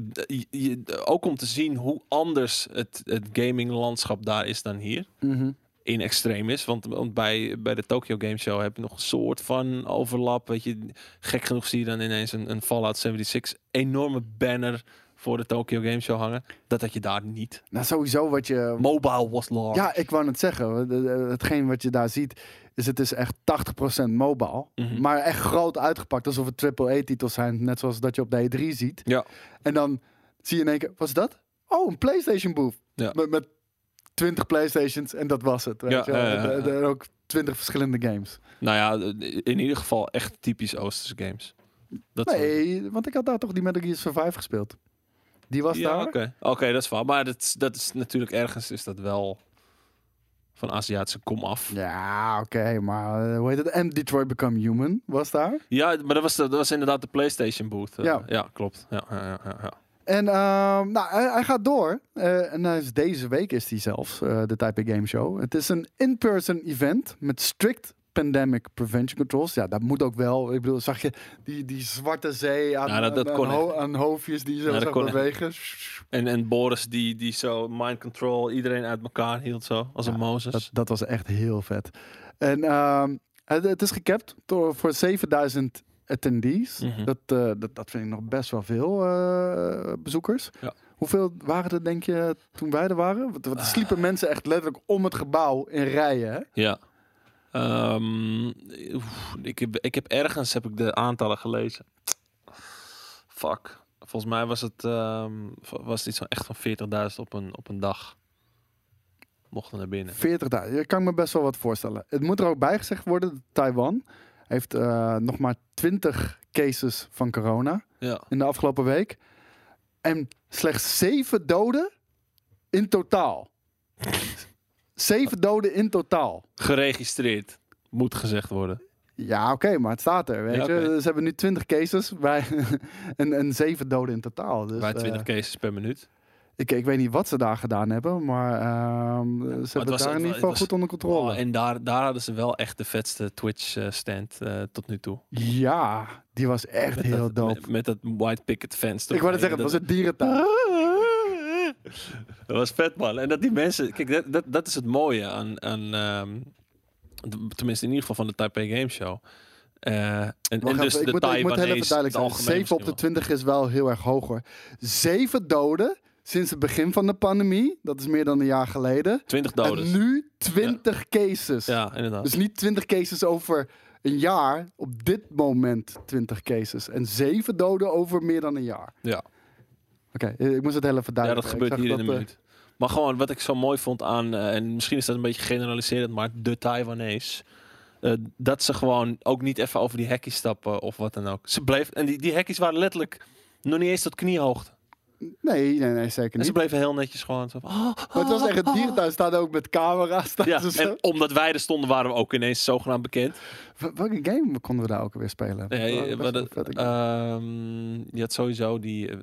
Ook om te zien hoe anders het gaminglandschap daar is dan hier. Mm-hmm. In extreem is. Want bij de Tokyo Game Show heb je nog een soort van overlap. Weet je, gek genoeg zie je dan ineens een Fallout 76 enorme banner voor de Tokyo Game Show hangen. Dat had je daar niet. Nou, sowieso wat je... Mobile was large. Ja, ik wou het zeggen. Hetgeen wat je daar ziet, is het is echt 80% mobile. Mhm. Maar echt groot uitgepakt. Alsof het AAA-titels zijn. Net zoals dat je op de E3 ziet. Ja. En dan zie je in één keer, was dat? Oh, een PlayStation booth. Ja. Met 20 PlayStations en dat was het. Weet je wel. En ook 20 verschillende games. Nou ja, in ieder geval echt typisch Oosterse games. Want ik had daar toch die Metal Gear Survive gespeeld. Die was daar. Oké, dat is waar. Maar dat is natuurlijk ergens is dat wel van Aziatische kom af. Ja, oké, maar hoe heet het? En Detroit Become Human was daar. Ja, maar dat was inderdaad de PlayStation booth. Ja, klopt. Ja. En hij gaat door. En deze week is hij zelfs, de Taipei Game Show. Het is een in-person event met strict pandemic prevention controls. Ja, dat moet ook wel. Ik bedoel, zag je die zwarte zee aan hoofdjes die zo bewegen. En Boris die zo mind control iedereen uit elkaar hield zo, als een Mozes. Dat was echt heel vet. En het is gecapt voor 7000 attendees. Mm-hmm. Dat vind ik nog best wel veel bezoekers. Ja. Hoeveel waren er, denk je, toen wij er waren? Want er sliepen mensen echt letterlijk om het gebouw in rijen. Hè? Ja. Ik heb ergens de aantallen gelezen. Fuck. Volgens mij was het iets van echt van 40.000 op een dag. Mochten naar binnen. 40.000. Daar kan ik me best wel wat voorstellen. Het moet er ook bij gezegd worden dat Taiwan heeft nog maar 20 cases van corona in de afgelopen week. En slechts 7 doden in totaal. 7 doden in totaal. Geregistreerd, moet gezegd worden. Ja, oké, maar het staat er, weet Ja, je. oké. Ze hebben nu 20 cases bij en 7 doden in totaal. Dus, Bij 20 cases per minuut. ik weet niet wat ze daar gedaan hebben, maar ze hebben het daar in ieder geval goed onder controle. Oh, en daar hadden ze wel echt de vetste Twitch-stand tot nu toe. Ja, die was echt Met heel dat, dope. met dat white picket fence. Ik wou net zeggen, het was een dierentuin. Dat was vet, man. En dat die mensen... Kijk, dat is het mooie aan tenminste in ieder geval van de Taipei Game Show. En dus ik moet heel even duidelijk zijn. algemeen 7 op de 20 is wel heel erg hoog, hoor. 7 doden sinds het begin van de pandemie. Dat is meer dan een jaar geleden. 20 doden. En nu 20 cases. Ja, inderdaad. Dus niet 20 cases over een jaar. Op dit moment 20 cases. En 7 doden over meer dan een jaar. Ja. Oké, ik moest het heel even Ja, duidelijk. dat gebeurt Ik hier zag in een minuut. Maar gewoon, wat ik zo mooi vond aan... en misschien is dat een beetje generaliserend, maar de Taiwanese... dat ze gewoon ook niet even over die hekjes stappen of wat dan ook. Ze bleef, en die hekjes waren letterlijk nog niet eens tot kniehoogte. Nee, zeker En niet. ze bleven heel netjes gewoon zo. Maar het was echt een dierentuin. Staan ook met camera's. Staan Ja, ze zo. en omdat wij er stonden, waren we ook ineens zogenaamd bekend. Welke game konden we daar ook weer spelen? Ja, Best wel een vette game. je had sowieso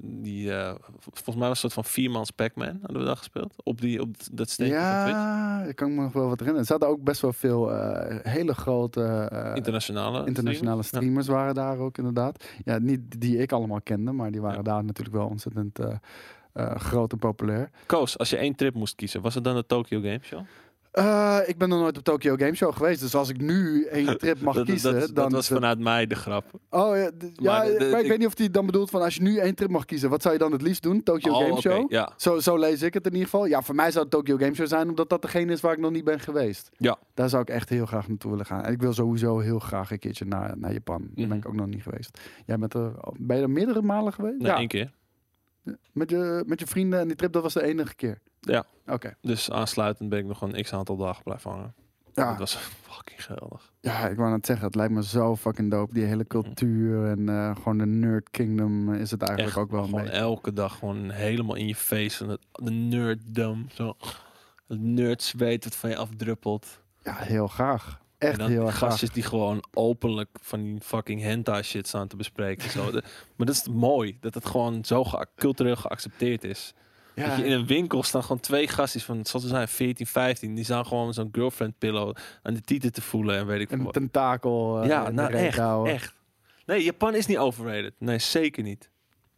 volgens mij was het een soort van 4-mans Pac-Man hadden we daar gespeeld. Op dat steentje van Twitch. Ja, ik kan me nog wel wat herinneren. Er zaten ook best wel veel hele grote Internationale streamers waren daar ook inderdaad. Ja, niet die ik allemaal kende, maar die waren daar natuurlijk wel ontzettend groot en populair. Koos, als je één trip moest kiezen, was het dan de Tokyo Game Show? Ik ben nog nooit op Tokyo Game Show geweest, dus als ik nu één trip mag kiezen... Dat was vanuit mij de grap. Oh ja, maar ik weet niet of hij dan bedoelt van als je nu één trip mag kiezen, wat zou je dan het liefst doen? Tokyo Game Show? Ja. Zo lees ik het in ieder geval. Ja, voor mij zou het Tokyo Game Show zijn, omdat dat degene is waar ik nog niet ben geweest. Ja. Daar zou ik echt heel graag naartoe willen gaan. En ik wil sowieso heel graag een keertje naar Japan. Daar ben ik ook nog niet geweest. Jij ben je er meerdere malen geweest? Nee, 1 keer. Met je vrienden en die trip, dat was de enige keer? Ja. Oké. Dus aansluitend ben ik nog een x-aantal dagen blijven hangen. Ja. Dat was fucking geweldig. Ja, ik wou net zeggen, het lijkt me zo fucking dope. Die hele cultuur en gewoon de nerd kingdom is het eigenlijk Echt, ook wel een gewoon beetje. elke dag gewoon helemaal in je face. En de nerddom. Zo. Het nerdzweet wat van je afdruppelt. Ja, heel graag. En Echt dan heel die erg graag. gastjes die gewoon openlijk van die fucking hentai shit staan te bespreken. Zo. Maar dat is mooi. Dat het gewoon zo cultureel geaccepteerd is. Ja. Dat je in een winkel staan gewoon 2 gastjes van, zoals we zijn, 14, 15. Die staan gewoon zo'n girlfriend pillow aan de tieten te voelen en weet ik veel Een wat. tentakel. Ja, in de nou reet houden. echt. Nee, Japan is niet overrated. Nee, zeker niet.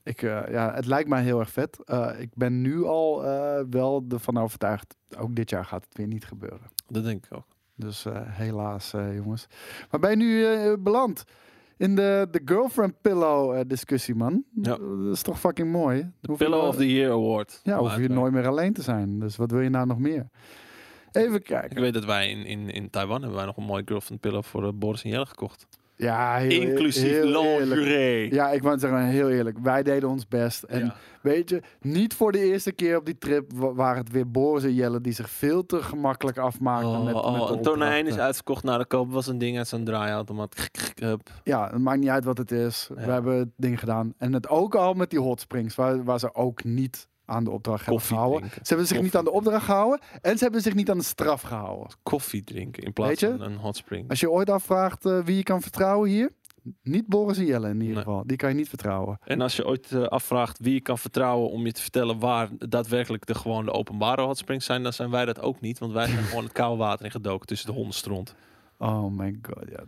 Het lijkt mij heel erg vet. Ik ben nu al wel ervan overtuigd. Ook dit jaar gaat het weer niet gebeuren. Dat denk ik ook. Dus helaas, jongens. Maar ben je nu beland in de girlfriend pillow discussie, man? Ja. Dat is toch fucking mooi? De Pillow of the Year Award. Ja, hoef je Uiteraard. nooit meer alleen te zijn. Dus wat wil je nou nog meer? Even Ik kijken. weet dat wij in Taiwan hebben wij nog een mooie girlfriend pillow voor Boris en Jelle gekocht. Ja, heel, Inclusief heel eerlijk. lingerie. Ja, ik wou zeggen, heel eerlijk. Wij deden ons best. En Ja. weet je, niet voor de eerste keer op die trip waren het weer Boris en Jelle die zich veel te gemakkelijk afmaakten met de een tonijn is opdrachten. uitverkocht. Nou, de koop was een ding uit zo'n draaiautomaat. Hup. Ja, het maakt niet uit wat het is. Ja. We hebben het ding gedaan. En het ook al met die hot springs, waar ze ook niet aan de opdracht hebben Koffie gehouden. drinken. Ze hebben zich niet aan de opdracht gehouden en ze hebben zich niet aan de straf gehouden. Koffie drinken in plaats Weet je? van een hot spring. Als je ooit afvraagt wie je kan vertrouwen hier, niet Boris en Jelle in ieder Nee. geval. Die kan je niet vertrouwen. En als je ooit afvraagt wie je kan vertrouwen om je te vertellen waar daadwerkelijk gewoon de openbare hot springs zijn, dan zijn wij dat ook niet. Want wij zijn gewoon het koude water in gedoken tussen de hondenstront. Oh my god, ja.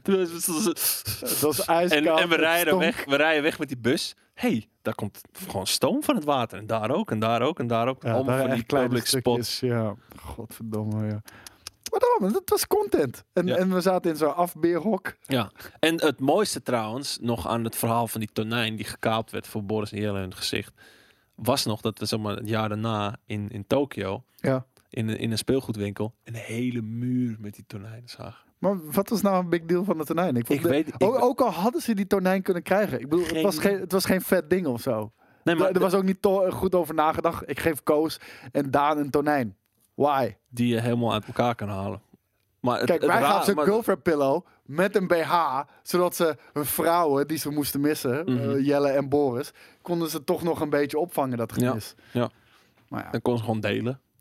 Dat was En ijskoud. we rijden Het weg weg met die bus. Hey, daar komt gewoon stoom van het water. En daar ook, en daar ook, en daar ook. Ja, Allemaal daar van die echt kleine public stukjes, spots. ja. Godverdomme, ja. Maar daarom, het was content. Ja. En we zaten in zo'n afbeerhok. Ja. En het mooiste trouwens, nog aan het verhaal van die tonijn die gekaapt werd voor Boris en Jelle in het gezicht, was nog dat we zeg maar, het jaar daarna in Tokio, Ja. in een speelgoedwinkel, een hele muur met die tonijnen zagen. Maar wat was nou een big deal van de tonijn? Ook al hadden ze die tonijn kunnen krijgen. Ik bedoel, het was geen vet ding of zo. Nee, maar Er was ook niet goed over nagedacht. Ik geef Koos en Daan een tonijn. Why? die je helemaal uit elkaar kan halen. Maar Kijk, wij gaven ze een maar- girlfriend pillow met een BH. Zodat ze hun vrouwen die ze moesten missen, Mhm. Jelle en Boris, konden ze toch nog een beetje opvangen, dat gemis. ja. Maar ja. Dan kon ze gewoon delen.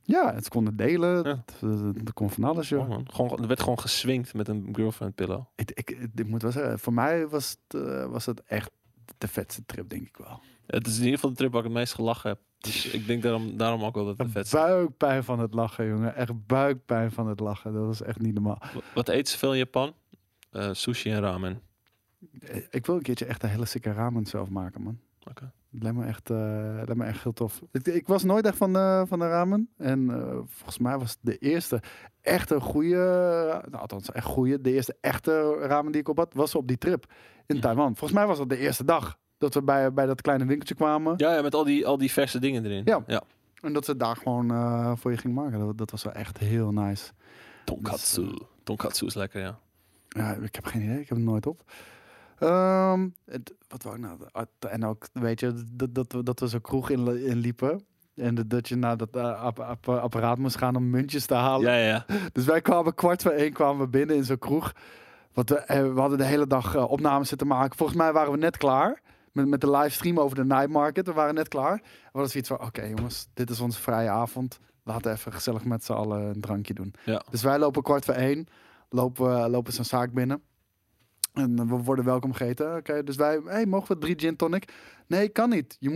Ja, het konden delen. Ja. Het kon van alles, joh. Oh, man. Er werd gewoon geswingd met een girlfriend pillow. Ik moet wel zeggen, voor mij was het echt de vetste trip, denk ik wel. Het is in ieder geval de trip waar ik het meest gelachen heb. Dus ik denk daarom ook wel dat het de vetste. Buikpijn van het lachen, jongen. Echt buikpijn van het lachen. Dat was echt niet normaal. Wat eet ze veel in Japan? Sushi en ramen. Ik wil een keertje echt een hele sikke ramen zelf maken, man. Oké. Het lijkt me echt heel tof. Ik was nooit echt van de ramen. En volgens mij was de eerste echte goede, nou, althans echt goede, de eerste echte ramen die ik op had, was op die trip in Taiwan. Volgens mij was dat de eerste dag dat we bij dat kleine winkeltje kwamen. Ja, met al die verse dingen erin. Ja. En dat ze daar gewoon voor je ging maken. Dat was wel echt heel nice. Tonkatsu. Tonkatsu is lekker, ja. Ja, ik heb geen idee. Ik heb het nooit op. Wat wou ik nou? En ook, weet je, dat we zo'n kroeg in liepen. En dat je naar dat apparaat moest gaan om muntjes te halen. Ja. Dus wij kwamen 1:15 kwamen we binnen in zo'n kroeg. Want we hadden de hele dag opnames zitten maken. Volgens mij waren we net klaar. Met de livestream over de night market. We waren net klaar. We hadden zoiets van, oké, jongens, dit is onze vrije avond. Laten we even gezellig met z'n allen een drankje doen. Ja. Dus wij lopen 1:15. Lopen zo'n zaak binnen. En we worden welkom gegeten. Oké, dus wij, mogen we 3 gin tonic? Nee, kan niet. Je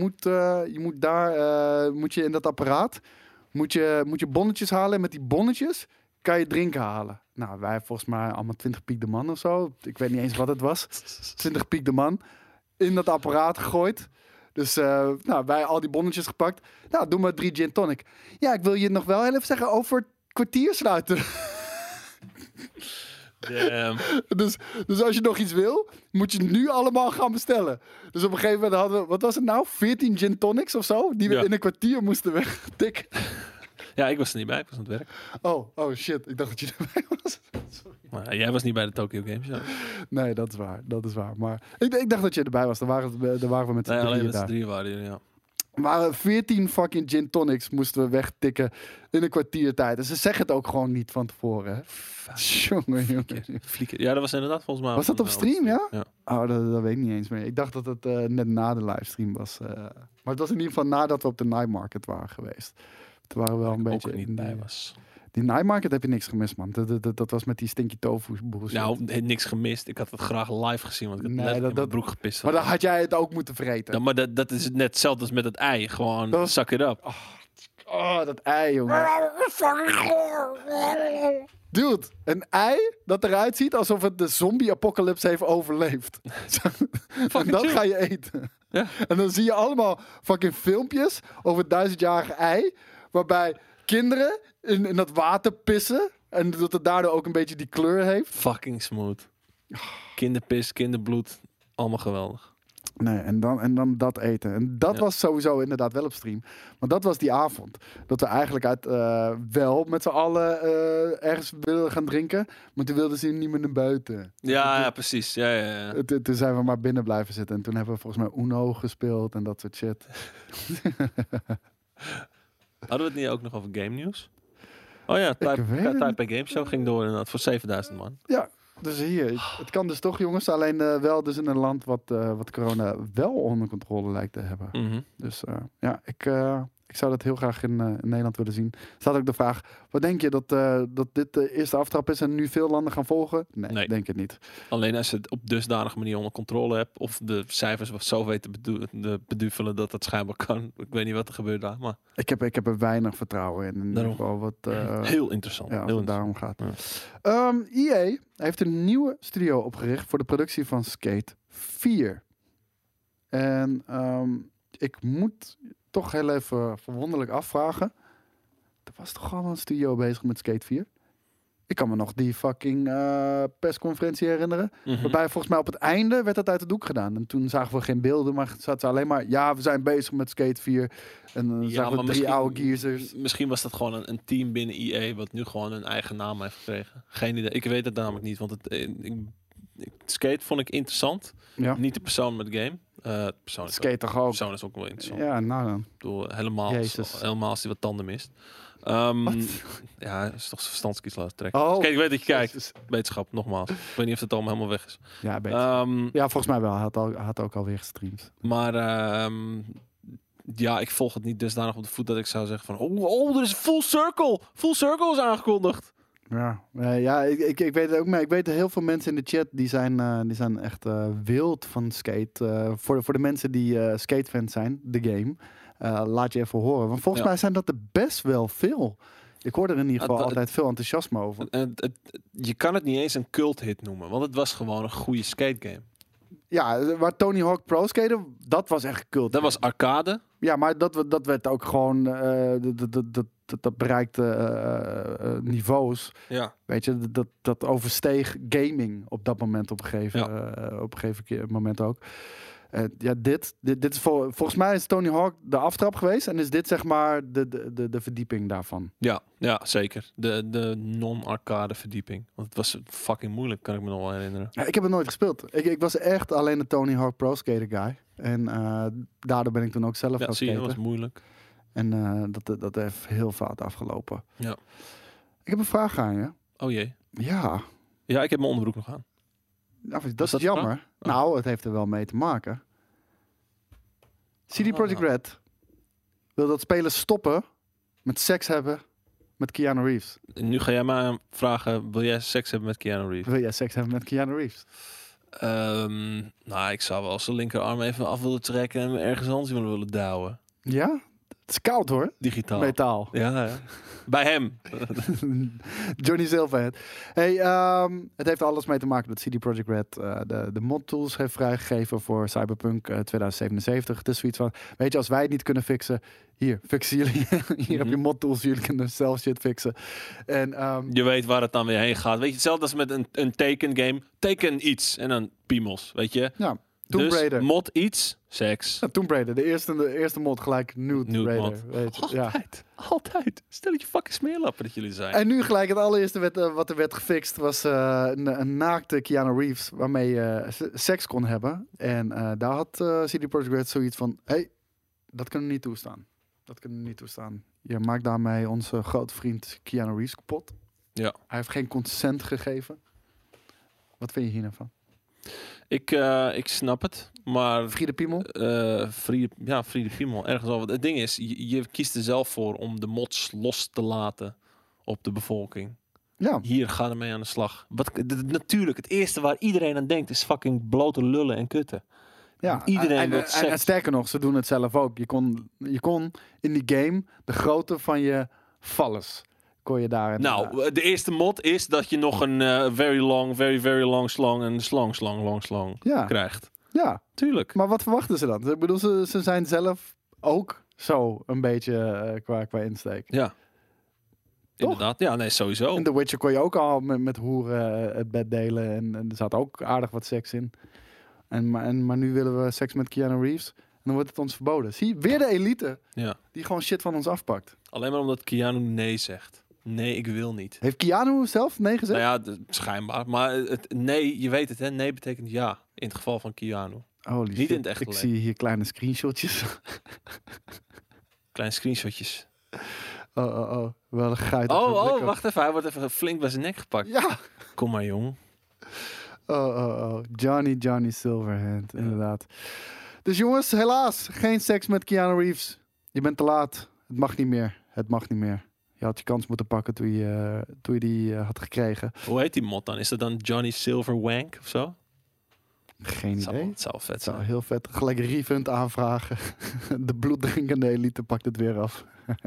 moet in dat apparaat, moet je bonnetjes halen. En met die bonnetjes kan je drinken halen. Nou, wij volgens mij allemaal 20 piek de man of zo. Ik weet niet eens wat het was. 20 piek de man. In dat apparaat gegooid. Dus wij al die bonnetjes gepakt. Nou, doe maar 3 gin tonic. Ja, ik wil je nog wel even zeggen, over het kwartier sluiten. Damn. Dus als je nog iets wil, moet je nu allemaal gaan bestellen. Dus op een gegeven moment hadden we, wat was het nou? 14 gin tonics of zo? Die we in een kwartier moesten wegtikken. Ja, ik was er niet bij. Ik was aan het werk. Oh shit. Ik dacht dat je erbij was. Sorry. Maar jij was niet bij de Tokyo Game Show. Nee, dat is waar. Maar ik dacht dat je erbij was. Daar waren we met z'n Nee, alleen drieën met z'n daar. drieën waren jullie, ja. Maar 14 fucking gin tonics moesten we wegtikken in een kwartier tijd. En ze zeggen het ook gewoon niet van tevoren, hè? Jongen. Flikker. Ja, dat was inderdaad volgens mij. Was dat op stream, ja? Ja. Oh, dat weet ik niet eens meer. Ik dacht dat het net na de livestream was. Maar het was in ieder geval nadat we op de night market waren geweest. Toen waren we wel een beetje... Ook er niet bij was. Die night market heb je niks gemist, man. Dat was met die stinky tofu bullshit. Nou, niks gemist. Ik had het graag live gezien, want ik had Nee, net in dat- mijn broek gepist. Maar dan had jij het ook moeten vreten. Ja, maar dat is net hetzelfde als met het ei. Gewoon, Dat was- suck it up. Oh, dat ei, jongen. Dude, een ei dat eruit ziet alsof het de zombie-apocalypse heeft overleefd. En dat ga je eten. Ja. En dan zie je allemaal fucking filmpjes over het 1000-jarige ei. Waarbij kinderen in dat water pissen. En dat het daardoor ook een beetje die kleur heeft. Fucking smooth. Kinderpis, kinderbloed. Allemaal geweldig. Nee, en dan dat eten. En dat was sowieso inderdaad wel op stream. Maar dat was die avond. Dat we eigenlijk wel met z'n allen ergens wilden gaan drinken. Maar toen wilden ze niet meer naar buiten. Ja, precies. Ja. Toen zijn we maar binnen blijven zitten. En toen hebben we volgens mij Uno gespeeld en dat soort shit. Hadden we het niet ook nog over game nieuws? Oh ja, weet het Taipei Game Show ging door inderdaad voor 7000 man. Ja, dus hier. Het kan dus toch, jongens. Alleen wel dus in een land wat corona wel onder controle lijkt te hebben. Mhm. Dus ja, ik zou dat heel graag in Nederland willen zien. Er staat ook de vraag, wat denk je dat dit de eerste aftrap is en nu veel landen gaan volgen? Nee, denk het niet. Alleen als je het op dusdanige manier onder controle hebt, of de cijfers wat zo weten beduvelen dat het schijnbaar kan. Ik weet niet wat er gebeurt daar, maar Ik heb er weinig vertrouwen in. In ieder Daarom. geval wat, heel interessant. ja, als heel het daarom gaat. Ja. EA heeft een nieuwe studio opgericht voor de productie van Skate 4. En ik moet toch heel even verwonderlijk afvragen. Er was toch al een studio bezig met Skate 4? Ik kan me nog die fucking persconferentie herinneren. Mhm. Waarbij volgens mij op het einde werd dat uit de doek gedaan. En toen zagen we geen beelden, maar zaten ze alleen maar... Ja, we zijn bezig met Skate 4. En dan zagen we maar 3 oude geezers. Misschien was dat gewoon een team binnen EA wat nu gewoon een eigen naam heeft gekregen. Geen idee. Ik weet het namelijk niet, want Skate vond ik interessant. Ja. Niet de persoon met de game. Persoon is Skate toch ook? persoon is ook wel interessant. Ja, nou dan. Ik bedoel, helemaal als hij wat tanden mist. Wat? Ja, dat is toch zijn verstandskies laten trekken. Oh. Kijk, ik weet dat je kijkt. Jezus. Wetenschap, nogmaals. Ik weet niet of het allemaal helemaal weg is. Ja, beter. Ehm, Ja, volgens mij wel. Hij had ook alweer gestreamd. maar Ja, ik volg het niet dusdanig op de voet dat ik zou zeggen van... Oh, er is Full Circle! Full Circle is aangekondigd! Ja, ik weet het ook, maar ik weet heel veel mensen in de chat die zijn echt wild van skate. Voor de mensen die skatefans zijn, de game, laat je even horen. Want volgens mij zijn dat er best wel veel. Ik hoor er in ieder geval altijd veel enthousiasme over. Je kan het niet eens een cult hit noemen, want het was gewoon een goede skate game. Ja, waar Tony Hawk Pro Skater, dat was echt cult. Dat was arcade. Ja, maar dat werd ook gewoon... dat bereikte niveaus. Ja. Weet je, dat oversteeg gaming op dat moment op een gegeven moment ook. Ja, dit is volgens mij is Tony Hawk de aftrap geweest. En is dit zeg maar de verdieping daarvan. Ja, zeker. De non-arcade verdieping. Want het was fucking moeilijk, kan ik me nog wel herinneren. Ja, ik heb het nooit gespeeld. Ik was echt alleen de Tony Hawk Pro Skater guy. En daardoor ben ik toen ook zelf gaan skaten. Dat was moeilijk. En dat heeft heel fout afgelopen. Ja. Ik heb een vraag aan je. Oh jee. Ja. Ja, ik heb mijn onderbroek nog aan. Nou, dat is jammer. Oh. Nou, het heeft er wel mee te maken. CD Projekt Red wil dat spelers stoppen met seks hebben met Keanu Reeves. En nu ga jij mij vragen, wil jij seks hebben met Keanu Reeves? Wil jij seks hebben met Keanu Reeves? Nou, ik zou wel zijn linkerarm even af willen trekken en hem ergens anders willen douwen. Ja? Het is koud hoor. Digitaal. Metaal. Ja. Bij hem. Johnny Silverhand. Hey, het heeft alles mee te maken dat CD Projekt Red de mod tools heeft vrijgegeven voor Cyberpunk 2077. Het is zoiets van, weet je, als wij het niet kunnen fixen, hier, fixen jullie. Hier heb je mod tools, jullie kunnen zelf shit fixen. En, je weet waar het dan weer heen gaat. Weet je, hetzelfde als met een Taken game. Teken iets en dan piemels, weet je. Ja. Tomb Raider. Mod iets, seks. Ja, Tomb Raider, de eerste mod gelijk Nude Raider. Mod. Weet je. Altijd. Stel dat je fucking smeerlappen dat jullie zijn. En nu gelijk het allereerste wat er werd gefixt was een naakte Keanu Reeves waarmee je seks kon hebben. En daar had CD Projekt Red zoiets van, hey, dat kunnen we niet toestaan. Dat kunnen we niet toestaan. Je maakt daarmee onze grote vriend Keanu Reeves kapot. Ja. Hij heeft geen consent gegeven. Wat vind je hier nou van? Ik snap het, maar... Friede Piemel? Friede Piemel. Ergens al. Het ding is, je kiest er zelf voor om de mods los te laten op de bevolking. Ja. Hier, ga ermee aan de slag. Natuurlijk, het eerste waar iedereen aan denkt is fucking blote lullen en kutten. Ja, iedereen wil seks. En sterker nog, ze doen het zelf ook. Je kon in die game de grootte van je vallers kon je daar... Nou, de eerste mod is dat je nog een very very long slang en slang krijgt. Ja, tuurlijk. Maar wat verwachten ze dan? Ik bedoel, ze zijn zelf ook zo een beetje qua insteek. Ja. Toch? Inderdaad. Ja, nee, sowieso. In The Witcher kon je ook al met hoeren het bed delen. En er zat ook aardig wat seks in. Maar nu willen we seks met Keanu Reeves. En dan wordt het ons verboden. Zie je, weer de elite die gewoon shit van ons afpakt. Alleen maar omdat Keanu nee zegt. Nee, ik wil niet. Heeft Keanu zelf nee gezegd? Nou ja, schijnbaar. Maar nee, je weet het, hè? Nee betekent ja. In het geval van Keanu. Holy niet shit. in het echte Ik leven. zie hier kleine screenshotjes. Kleine screenshotjes. Oh. Wel een geit. Wacht even. Hij wordt even flink bij zijn nek gepakt. Ja. Kom maar, jong. Oh. Johnny Silverhand, inderdaad. Dus jongens, helaas. Geen seks met Keanu Reeves. Je bent te laat. Het mag niet meer. Je had je kans moeten pakken toen je die had gekregen. Hoe heet die mod dan? Is dat dan Johnny Silver Wank of zo? Geen idee. Het zou vet zijn. Het zou heel vet. Gelijk een refund aanvragen. De bloeddrinkende elite pakt het weer af.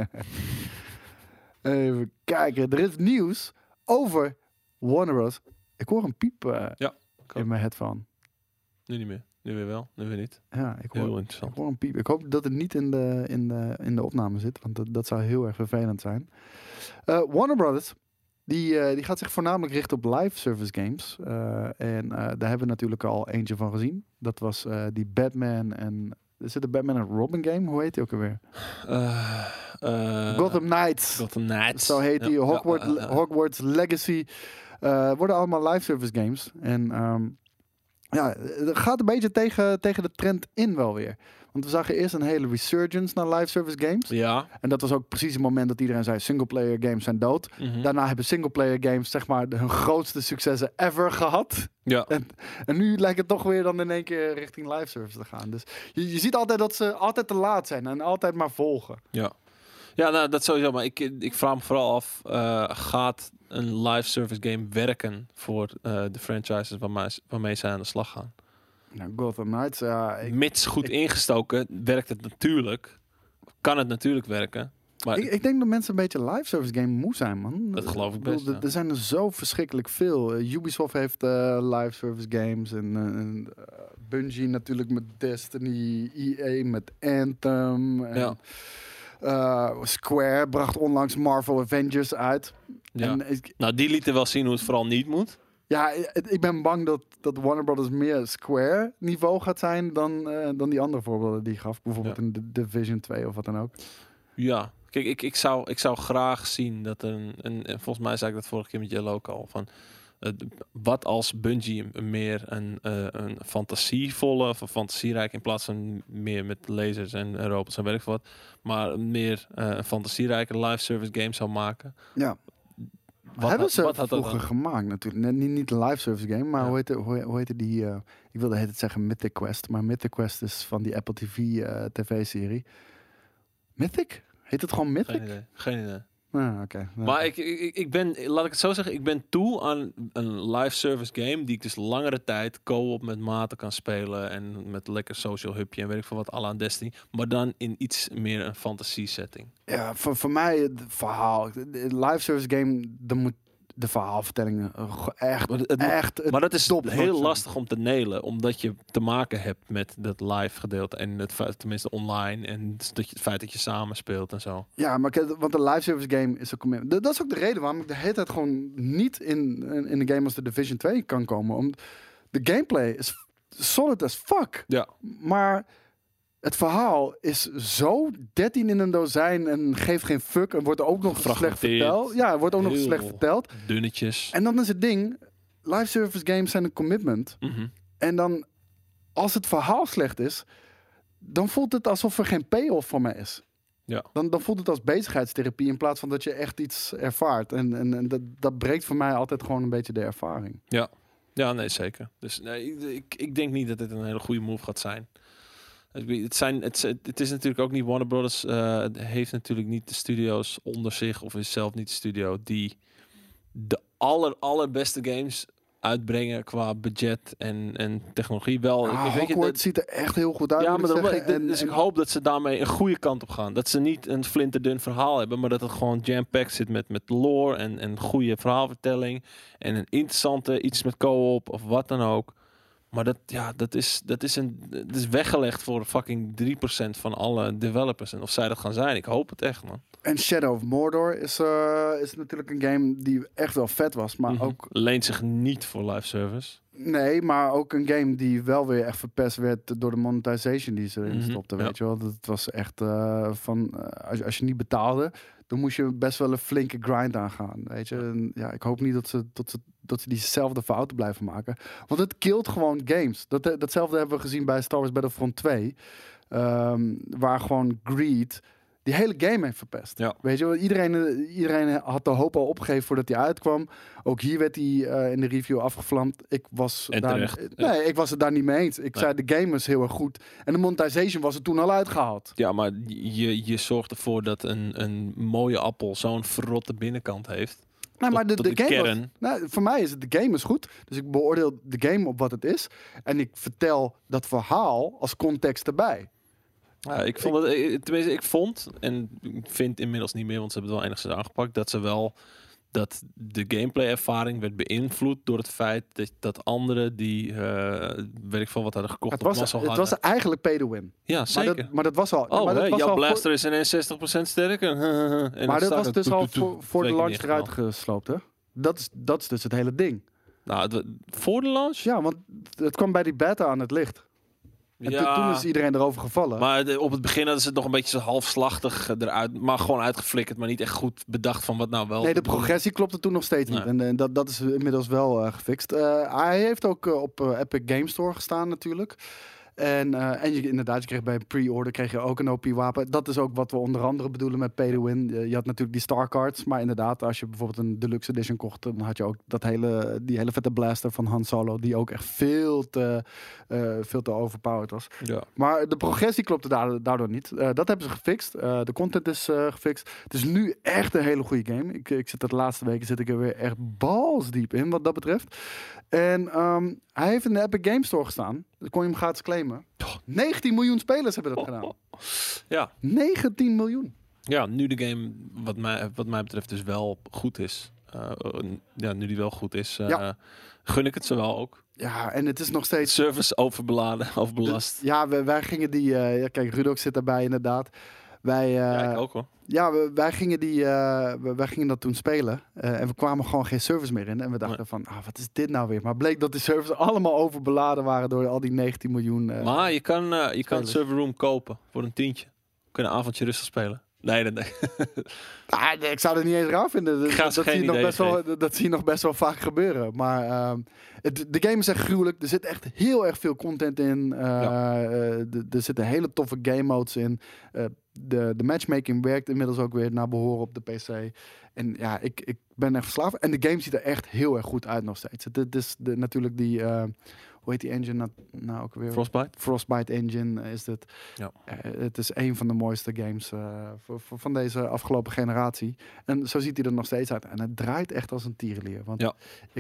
Even kijken. Er is nieuws over Warner Bros. Ik hoor een piep in mijn headphone. Nu niet meer. Nu weer wel. Nu weer niet. Ja, heel interessant. Ik hoor een piep. Ik hoop dat het niet in de opname zit. Want dat zou heel erg vervelend zijn. Warner Bros. Die gaat zich voornamelijk richten op live service games. En daar hebben we natuurlijk al eentje van gezien. Dat was die Batman en... Is het de Batman en Robin game? Hoe heet die ook alweer? Gotham Knights. Zo heet die. Hogwarts Legacy. Worden allemaal live service games. En Ja, het gaat een beetje tegen de trend in wel weer. Want we zagen eerst een hele resurgence naar live service games. Ja. En dat was ook precies het moment dat iedereen zei singleplayer games zijn dood. Mhm. Daarna hebben singleplayer games zeg maar hun grootste successen ever gehad. Ja. En nu lijkt het toch weer dan in één keer richting live service te gaan. Dus je ziet altijd dat ze altijd te laat zijn en altijd maar volgen. Ja, nou, dat sowieso. Maar ik vraag me vooral af, gaat een live service game werken voor de franchises waarmee zij aan de slag gaan? Nou, Gotham Knights, ja. Mits goed ingestoken, werkt het natuurlijk. Kan het natuurlijk werken. Maar Ik denk dat mensen een beetje live service game moe zijn, man. Dat geloof ik best, ja. Er zijn er zo verschrikkelijk veel. Ubisoft heeft live service games. En Bungie natuurlijk met Destiny. EA met Anthem. En, Square bracht onlangs Marvel Avengers uit. ja. En Nou, die lieten wel zien hoe het vooral niet moet. ja, ik ben bang dat Warner Brothers meer Square niveau gaat zijn dan die andere voorbeelden die ik gaf. Bijvoorbeeld in The Division 2 of wat dan ook. Ja, kijk, ik zou graag zien dat en volgens mij zei ik dat vorige keer met Jello ook al, van wat als Bungie een fantasievolle of een fantasierijk in plaats van meer met lasers en robots en weet ik wat, maar meer een fantasierijke live service game zou maken. Ja. Hebben ze vroeger gemaakt natuurlijk. Niet een live service game, maar hoe heette die? Ik wilde het zeggen Mythic Quest, maar Mythic Quest is van die Apple TV tv-serie. Mythic? Heet het gewoon Mythic? Geen idee. Ah, oké. Maar ik ben, laat ik het zo zeggen, ik ben toe aan een live service game die ik dus langere tijd co-op met maten kan spelen en met lekker social hubje en weet ik veel wat à la Destiny, maar dan in iets meer een fantasie setting. Ja, voor mij het verhaal. De live service game, dan moet de verhaalvertellingen echt maar dat is top heel zijn. lastig om te nailen, omdat je te maken hebt met dat live gedeelte en tenminste online en het feit dat je samen speelt en zo. Ja, maar want een live service game is ook... Dat is ook de reden waarom ik de hele tijd gewoon niet in een game als The Division 2 kan komen. De gameplay is solid as fuck. Ja. Maar het verhaal is zo 13 in een dozijn en geeft geen fuck. En wordt ook nog slecht verteld. Ja, wordt ook nog slecht verteld. Dunnetjes. En dan is het ding, live service games zijn een commitment. Mm-hmm. En dan, als het verhaal slecht is, dan voelt het alsof er geen payoff voor mij is. Ja. Dan voelt het als bezigheidstherapie in plaats van dat je echt iets ervaart. En dat breekt voor mij altijd gewoon een beetje de ervaring. Ja, nee, zeker. Dus nee, ik denk niet dat dit een hele goede move gaat zijn. Het is natuurlijk ook niet Warner Brothers. Het heeft natuurlijk niet de studio's onder zich of is zelf niet de studio die de allerbeste games uitbrengen qua budget en technologie. Wel, Hogwarts ziet er echt heel goed uit. Ja, maar ik hoop dat ze daarmee een goede kant op gaan. Dat ze niet een flinterdun verhaal hebben, maar dat het gewoon jam-packed zit met lore en goede verhaalvertelling en een interessante iets met co-op of wat dan ook. Maar dat is weggelegd voor fucking 3% van alle developers. En of zij dat gaan zijn, ik hoop het echt, man. En Shadow of Mordor is natuurlijk een game die echt wel vet was, maar ook... Leent zich niet voor live service. Nee, maar ook een game die wel weer echt verpest werd door de monetization die ze erin stopte, weet je wel. Dat was echt als je niet betaalde, dan moest je best wel een flinke grind aangaan, weet je. En ja, ik hoop niet dat ze diezelfde fouten blijven maken. Want het killt gewoon games. Datzelfde hebben we gezien bij Star Wars Battlefront 2. Waar gewoon greed die hele game heeft verpest. Ja. Weet je wel, iedereen had de hoop al opgegeven voordat hij uitkwam. Ook hier werd hij in de review afgevlamd. Ik was het daar niet mee eens. Ik zei de game is heel erg goed. En de monetization was er toen al uitgehaald. Ja, maar je zorgt ervoor dat een mooie appel zo'n verrotte binnenkant heeft. Nou, maar de kern. Voor mij is het de game is goed. Dus ik beoordeel de game op wat het is. En ik vertel dat verhaal als context erbij. Ja, ik vond, en ik vind inmiddels niet meer, want ze hebben het wel enigszins aangepakt, dat de gameplay-ervaring werd beïnvloed door het feit dat anderen die, weet ik veel wat hadden gekocht. Het was eigenlijk pay to win. Ja, zeker. Maar dat was al... jouw blaster is ineens 60% sterker. En maar dat was dus al voor de launch eruit gesloopt, hè? Dat is dus het hele ding. Nou, voor de launch? Ja, want het kwam bij die beta aan het licht. En Ja. toen is iedereen erover gevallen. Maar op het begin hadden ze het nog een beetje zo halfslachtig eruit. Maar gewoon uitgeflikkerd. Maar niet echt goed bedacht van wat nou wel. Nee, de progressie klopte toen nog steeds niet. Nee. En dat is inmiddels wel gefixt. Hij heeft ook op Epic Games Store gestaan natuurlijk. En je kreeg bij een pre-order kreeg je ook een OP-wapen. Dat is ook wat we onder andere bedoelen met pay to win. Je had natuurlijk die Star Cards. Maar inderdaad, als je bijvoorbeeld een Deluxe Edition kocht... dan had je ook die hele vette blaster van Han Solo... die ook echt veel te overpowered was. Ja. Maar de progressie klopte daardoor niet. Dat hebben ze gefixt. De content is gefixt. Het is nu echt een hele goede game. Ik zit de laatste weken er weer echt balsdiep in wat dat betreft. En hij heeft in de Epic Games Store gestaan. Dan kon je hem gratis claimen. 19 miljoen spelers hebben dat gedaan. Ja. 19 miljoen. Ja, nu de game wat mij betreft dus wel goed is. Nu die wel goed is, gun ik het ze wel ook. Ja, en het is nog steeds... Service overbelast. Wij gingen die... kijk, Rudok zit daarbij inderdaad. Ja, ik ook hoor. Ja, wij gingen dat toen spelen. En we kwamen gewoon geen service meer in. En we dachten van, wat is dit nou weer? Maar bleek dat die servers allemaal overbeladen waren door al die 19 miljoen. Maar je kan server room kopen voor een tientje. Kun je een avondje rustig spelen. Nee. Ik zou het niet eens raar vinden. Dat zie je nog best wel vaak gebeuren. Maar de game is echt gruwelijk. Er zit echt heel erg veel content in. Er zitten hele toffe game modes in. De matchmaking werkt inmiddels ook weer naar behoren op de PC. En ja, ik ben echt verslaafd. En de game ziet er echt heel erg goed uit nog steeds. Het is natuurlijk die... hoe heet die engine nou ook weer? Frostbite engine is het. Ja. Het is een van de mooiste games van deze afgelopen generatie. En zo ziet hij er nog steeds uit. En het draait echt als een tierenlier. Want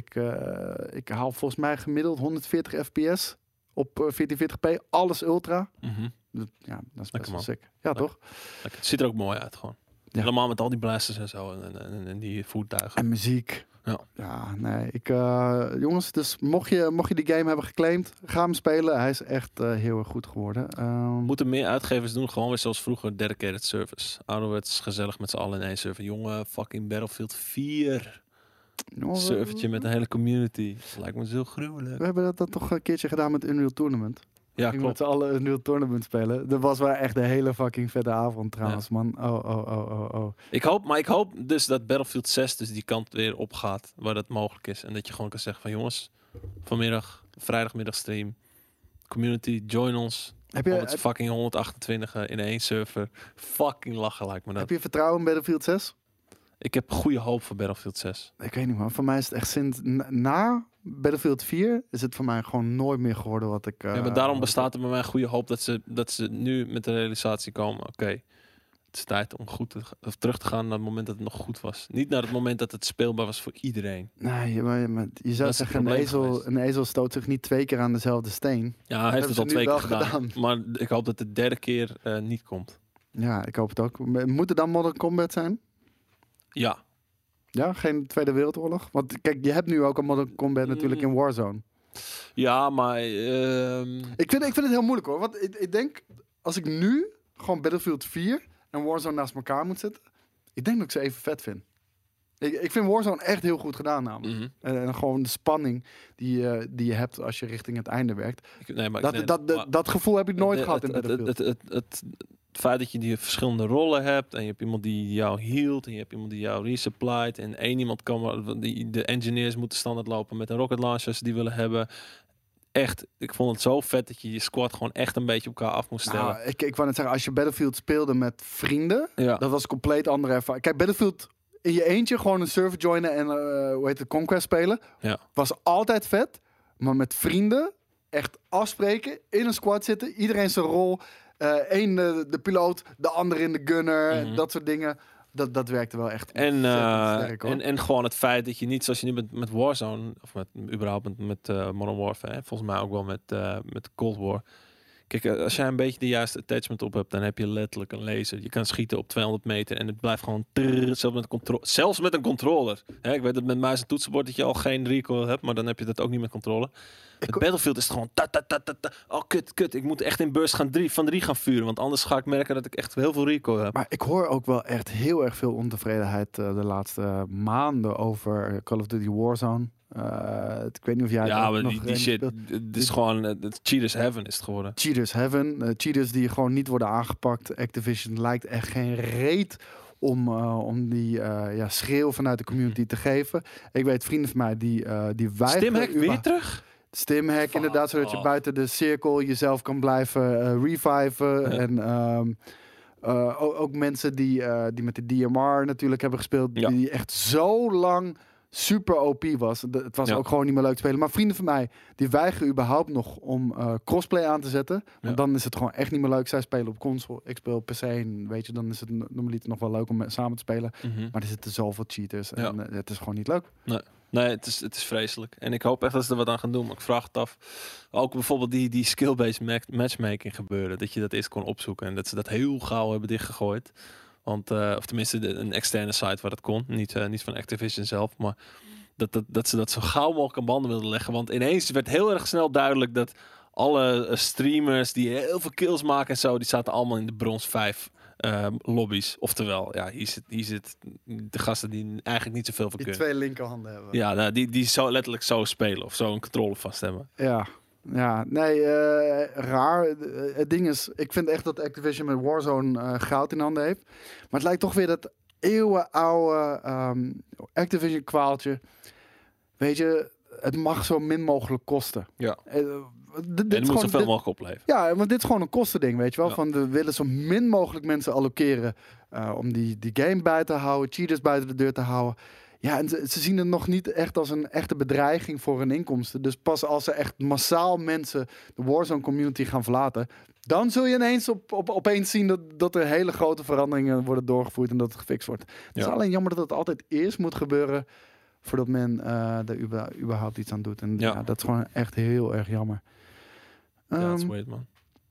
ik haal volgens mij gemiddeld 140 fps op 1440p. Alles ultra. Mm-hmm. Ja, dat is best wel sick. Ja, toch? Het ziet er ook mooi uit gewoon. Ja. Helemaal met al die blasters en zo. En die voertuigen. En muziek. Ja, nee. Jongens, dus mocht je die game hebben geclaimd, ga hem spelen. Hij is echt heel erg goed geworden. Moeten meer uitgevers doen, gewoon weer zoals vroeger, dedicated service. Ouderwets gezellig met z'n allen in één server. Jongen, fucking Battlefield 4. Een servertje met een hele community. Dat lijkt me zo gruwelijk. We hebben dat toch een keertje gedaan met Unreal Tournament. Ja, klopt. Met z'n allen een nieuw tournament spelen. Dat was wel echt een hele fucking vette avond trouwens, man. Oh. Ik hoop dus dat Battlefield 6 dus die kant weer opgaat waar dat mogelijk is. En dat je gewoon kan zeggen van jongens, vrijdagmiddag stream. Community, join ons. Fucking 128 in één server. Fucking lachen lijkt me dat. Heb je vertrouwen in Battlefield 6? Ik heb goede hoop voor Battlefield 6. Ik weet niet, man. Voor mij is het echt sinds na Battlefield 4 is het voor mij gewoon nooit meer geworden wat ik... maar daarom bestaat er bij mij goede hoop dat ze nu met de realisatie komen. Oké, het is tijd om terug te gaan naar het moment dat het nog goed was. Niet naar het moment dat het speelbaar was voor iedereen. Nee, maar je zou zeggen, een ezel stoot zich niet 2 keer aan dezelfde steen. Ja, hij heeft het al 2 keer gedaan. Maar ik hoop dat de derde keer niet komt. Ja, ik hoop het ook. Moet er dan Modern Combat zijn? Ja. Ja, geen Tweede Wereldoorlog? Want kijk, je hebt nu ook een Modern Combat natuurlijk in Warzone. Ja, maar... Ik vind het heel moeilijk hoor. Want ik denk, als ik nu gewoon Battlefield 4 en Warzone naast elkaar moet zetten, ik denk dat ik ze even vet vind. Ik vind Warzone echt heel goed gedaan namelijk. Mm-hmm. En gewoon de spanning die je hebt als je richting het einde werkt. Dat gevoel heb ik nooit gehad in Battlefield. Het feit dat je die verschillende rollen hebt en je hebt iemand die jou healt en je hebt iemand die jou resupplied en één iemand de engineers moeten standaard lopen met een rocket launchers die willen hebben. Echt, ik vond het zo vet dat je squad gewoon echt een beetje op elkaar af moest stellen. Nou, ik wou net zeggen, als je Battlefield speelde met vrienden, dat was een compleet andere ervaring. Kijk, Battlefield in je eentje gewoon een server joinen en Conquest spelen, was altijd vet. Maar met vrienden echt afspreken, in een squad zitten, iedereen zijn rol. Eén de piloot, de ander in de gunner, dat soort dingen. Dat werkte wel echt sterk, hoor. En gewoon het feit dat je niet zoals je nu met Warzone, of überhaupt met Modern Warfare, volgens mij ook wel met Cold War. Kijk, als jij een beetje de juiste attachment op hebt, dan heb je letterlijk een laser. Je kan schieten op 200 meter en het blijft gewoon zelfs met een controller. Ik weet dat met muis en toetsenbord dat je al geen recoil hebt, maar dan heb je dat ook niet met controle. Met Battlefield is het gewoon oh, kut. Ik moet echt in burst van 3 gaan vuren. Want anders ga ik merken dat ik echt heel veel recoil heb. Maar ik hoor ook wel echt heel erg veel ontevredenheid de laatste maanden over Call of Duty Warzone. Ik weet niet of jij Ja, het maar nog die shit, speelt. het is gewoon... Het Cheaters Heaven is het geworden. Cheaters Heaven. Cheaters die gewoon niet worden aangepakt. Activision lijkt echt geen reet om die schreeuw vanuit de community te geven. Ik weet vrienden van mij die weigeren... Stimhack weer terug? Stimhack, Fuck inderdaad, zodat je off. buiten de cirkel jezelf kan blijven reviven. Ja. En ook mensen die met de DMR natuurlijk hebben gespeeld, Ja. die echt zo lang super OP was. Het was Ja. ook gewoon niet meer leuk te spelen. Maar vrienden van mij, die weigeren überhaupt nog om crossplay aan te zetten. Want Ja. dan is het gewoon echt niet meer leuk. Zij spelen op console, ik speel op PC. En weet je, dan is het normaliter nog wel leuk om samen te spelen. Mhm. Maar er zitten zoveel cheaters. Ja. En het is gewoon niet leuk. Nee, het is vreselijk. En ik hoop echt dat ze er wat aan gaan doen. Maar ik vraag het af. Ook bijvoorbeeld die skill-based matchmaking gebeurde. Dat je dat eerst kon opzoeken. En dat ze dat heel gauw hebben dichtgegooid. Want, of tenminste een externe site waar dat kon. Niet van Activision zelf. Maar dat ze dat zo gauw mogelijk aan banden wilden leggen. Want ineens werd heel erg snel duidelijk dat alle streamers die heel veel kills maken en zo, die zaten allemaal in de brons 5 lobby's. Oftewel, ja, hier zit de gasten die eigenlijk niet zoveel van Die kunnen. twee linkerhanden hebben. Ja, nou, die zo letterlijk zo spelen of zo een controle vast hebben. Ja, nee, raar. Het ding is, ik vind echt dat Activision met Warzone goud in handen heeft. Maar het lijkt toch weer dat eeuwenoude Activision kwaaltje. Weet je, het mag zo min mogelijk kosten. Ja. Dit En het moet zoveel mogelijk opleveren. Ja, want dit is gewoon een kostending, weet je wel. Ja. Van we willen zo min mogelijk mensen allokeren om die game bij te houden, cheaters buiten de deur te houden. Ja, en ze zien het nog niet echt als een echte bedreiging voor hun inkomsten. Dus pas als er echt massaal mensen de Warzone community gaan verlaten, dan zul je ineens opeens zien dat er hele grote veranderingen worden doorgevoerd en dat het gefixt wordt. Het is alleen jammer dat het altijd eerst moet gebeuren voordat men er überhaupt iets aan doet. En ja, dat is gewoon echt heel erg jammer. Ja, dat is weird, man.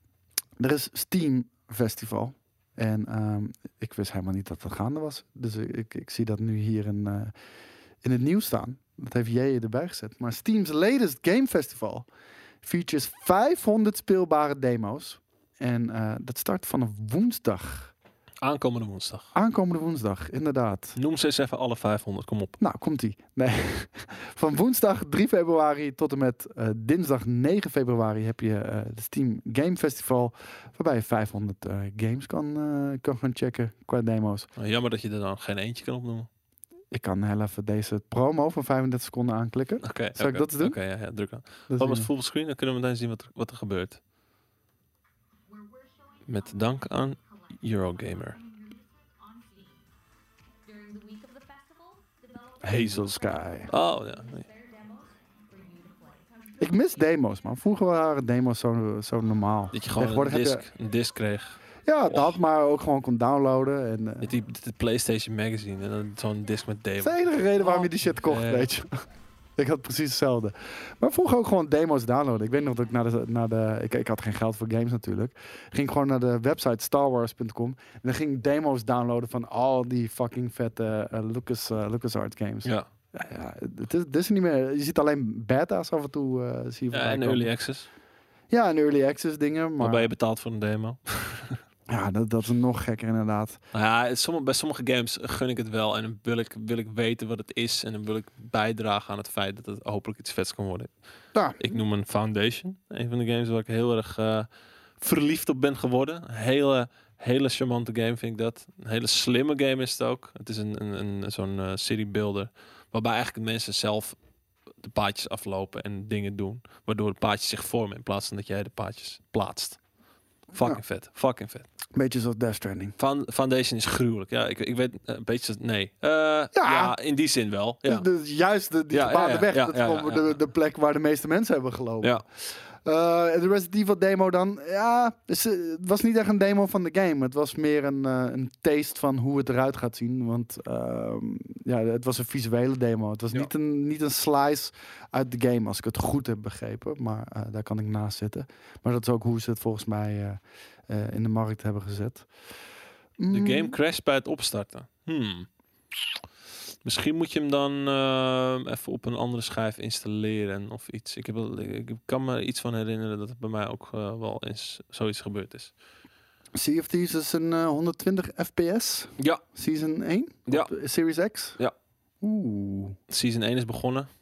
Er is Steam Festival. En ik wist helemaal niet dat dat gaande was. Dus ik zie dat nu hier in het nieuws staan. Dat heeft jij erbij gezet. Maar Steam's latest game festival features 500 speelbare demo's. En dat start vanaf woensdag. Aankomende woensdag. Aankomende woensdag, inderdaad. Noem ze eens even alle 500, kom op. Nou, komt-ie. Nee. Van woensdag 3 februari tot en met dinsdag 9 februari heb je de Steam Game Festival. Waarbij je 500 games kan gaan checken qua demo's. Jammer dat je er dan geen eentje kan opnoemen. Ik kan heel even deze promo van 35 seconden aanklikken. Oké. Zal ik dat eens doen? Oké, ja, druk aan. Dat Van is het fullscreen, dan kunnen we meteen zien wat er gebeurt. Met dank aan Eurogamer. Hazel Sky. Oh, ja. Nee. Ik mis demo's, man. Vroeger waren demo's zo normaal. Dat je gewoon Tegenwoordig heb een disc kreeg. Ja, dat, maar ook gewoon kon downloaden. En, Met die PlayStation Magazine en dan zo'n disc met demo. dat is de enige reden waarom je die shit kocht, Ja. weet je. Ik had precies hetzelfde. Maar vroeger ook gewoon demo's downloaden. Ik weet nog dat ik ik had geen geld voor games natuurlijk. Ging gewoon naar de website starwars.com. En dan ging ik demo's downloaden van al die fucking vette LucasArts games. Ja, Ja, het is niet meer. Je ziet alleen beta's af en toe. Zie je ja voorbij en komen. Early Access. Ja, en early access dingen. Maar Waarbij je betaalt voor een demo. ja, dat is nog gekker inderdaad. Nou ja, bij sommige games gun ik het wel. En dan wil ik weten wat het is. En dan wil ik bijdragen aan het feit dat het hopelijk iets vets kan worden. Ja. Ik noem een Foundation. Een van de games waar ik heel erg verliefd op ben geworden. Een hele charmante game vind ik dat. Een hele slimme game is het ook. Het is zo'n city builder. Waarbij eigenlijk mensen zelf de paadjes aflopen en dingen doen. Waardoor de paadjes zich vormen in plaats van dat jij de paadjes plaatst. Fucking vet. Fucking vet. Beetje zoals Death Stranding. Foundation is gruwelijk. Ja, ik weet een beetje... Nee. Ja, in die zin wel. Ja. Juist die Ja, gebaande ja, weg. ja, dat ja, is gewoon ja, ja. de plek waar de meeste mensen hebben gelopen. Ja. De Resident Evil demo dan. Ja, dus, het was niet echt een demo van de game. Het was meer een taste van hoe het eruit gaat zien. Want ja, het was een visuele demo. Het was Ja. niet een slice uit de game, als ik het goed heb begrepen. Maar daar kan ik naast zitten. Maar dat is ook hoe ze het volgens mij in de markt hebben gezet. De game crasht bij het opstarten. Misschien moet je hem dan even op een andere schijf installeren of iets. Ik kan me iets van herinneren dat het bij mij ook wel eens zoiets gebeurd is. Sea of Thieves is een 120 fps. Ja. Season 1? Ja. Op Series X? Ja. Oeh. Season 1 is begonnen.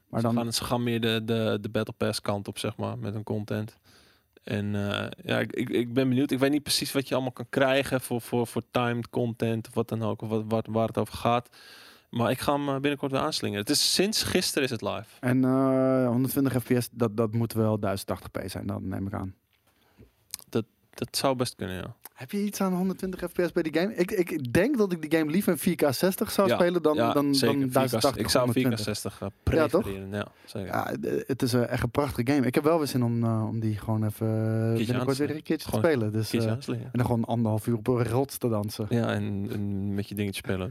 Maar dan... Ze gaan meer de Battle Pass kant op, zeg maar, met hun content. En ja, ik ben benieuwd. Ik weet niet precies wat je allemaal kan krijgen voor timed content of wat dan ook, of waar het over gaat. Maar ik ga hem binnenkort weer aanslingen. Het is sinds gisteren is het live. En 120 fps, dat moet wel 1080p zijn, dan neem ik aan. Dat zou best kunnen, ja. Heb je iets aan 120 fps bij die game? Ik denk dat ik die game liever in 4K 60 zou Ja, spelen dan, ja, dan zeker. 1080. Ik zou 4K 120. 60 Ja, prefereren. Ja, zeker. Ja, het is echt een prachtige game. Ik heb wel weer zin om die gewoon even binnenkort weer een keertje te Gewoon spelen. Dus, Kies en aanslingen. dan gewoon 1,5 uur op een rots te dansen. Ja, en met je dingetje spelen.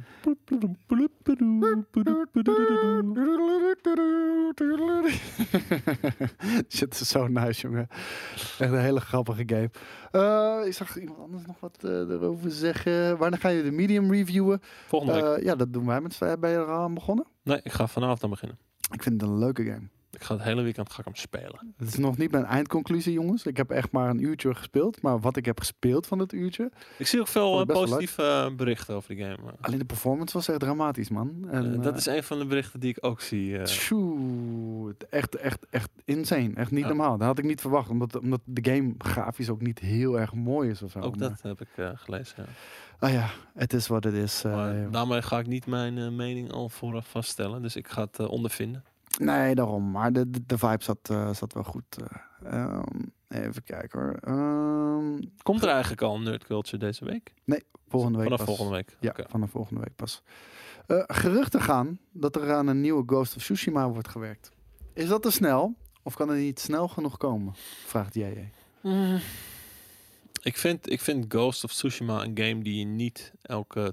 Shit, is zo nice, jongen. Echt een hele grappige game. Ik zag iemand anders nog wat erover zeggen. Wanneer ga je de medium reviewen? Volgende week. Ja, dat doen wij met z'n tweeën. Ben je er al aan begonnen? Nee, ik ga vanavond aan beginnen. Ik vind het een leuke game. Ik ga het hele weekend hem spelen. Het is nog niet mijn eindconclusie, jongens. Ik heb echt maar een uurtje gespeeld. Maar wat ik heb gespeeld van het uurtje... Ik zie ook Vond veel het best wel positieve berichten over de game. Alleen de performance was echt dramatisch, man. En, Dat is een van de berichten die ik ook zie. Shoot, echt insane. Echt niet Ja. normaal. Dat had ik niet verwacht. Omdat de game grafisch ook niet heel erg mooi is of zo. Ook Maar- dat heb ik gelezen. Ja. Ah ja, het is wat het is. Maar daarmee ga ik niet mijn mening al vooraf vaststellen. Dus ik ga het ondervinden. Nee, daarom. Maar de vibe zat wel goed. Even kijken hoor. Komt er eigenlijk al een Nerd Culture deze week? Volgende week Vanaf pas. volgende week? Ja, Oké. vanaf volgende week pas. Geruchten gaan dat er aan een nieuwe Ghost of Tsushima wordt gewerkt. Is dat te snel? Of kan het niet snel genoeg komen? Vraagt JJ. Mm. Ik vind Ghost of Tsushima een game die je niet elke...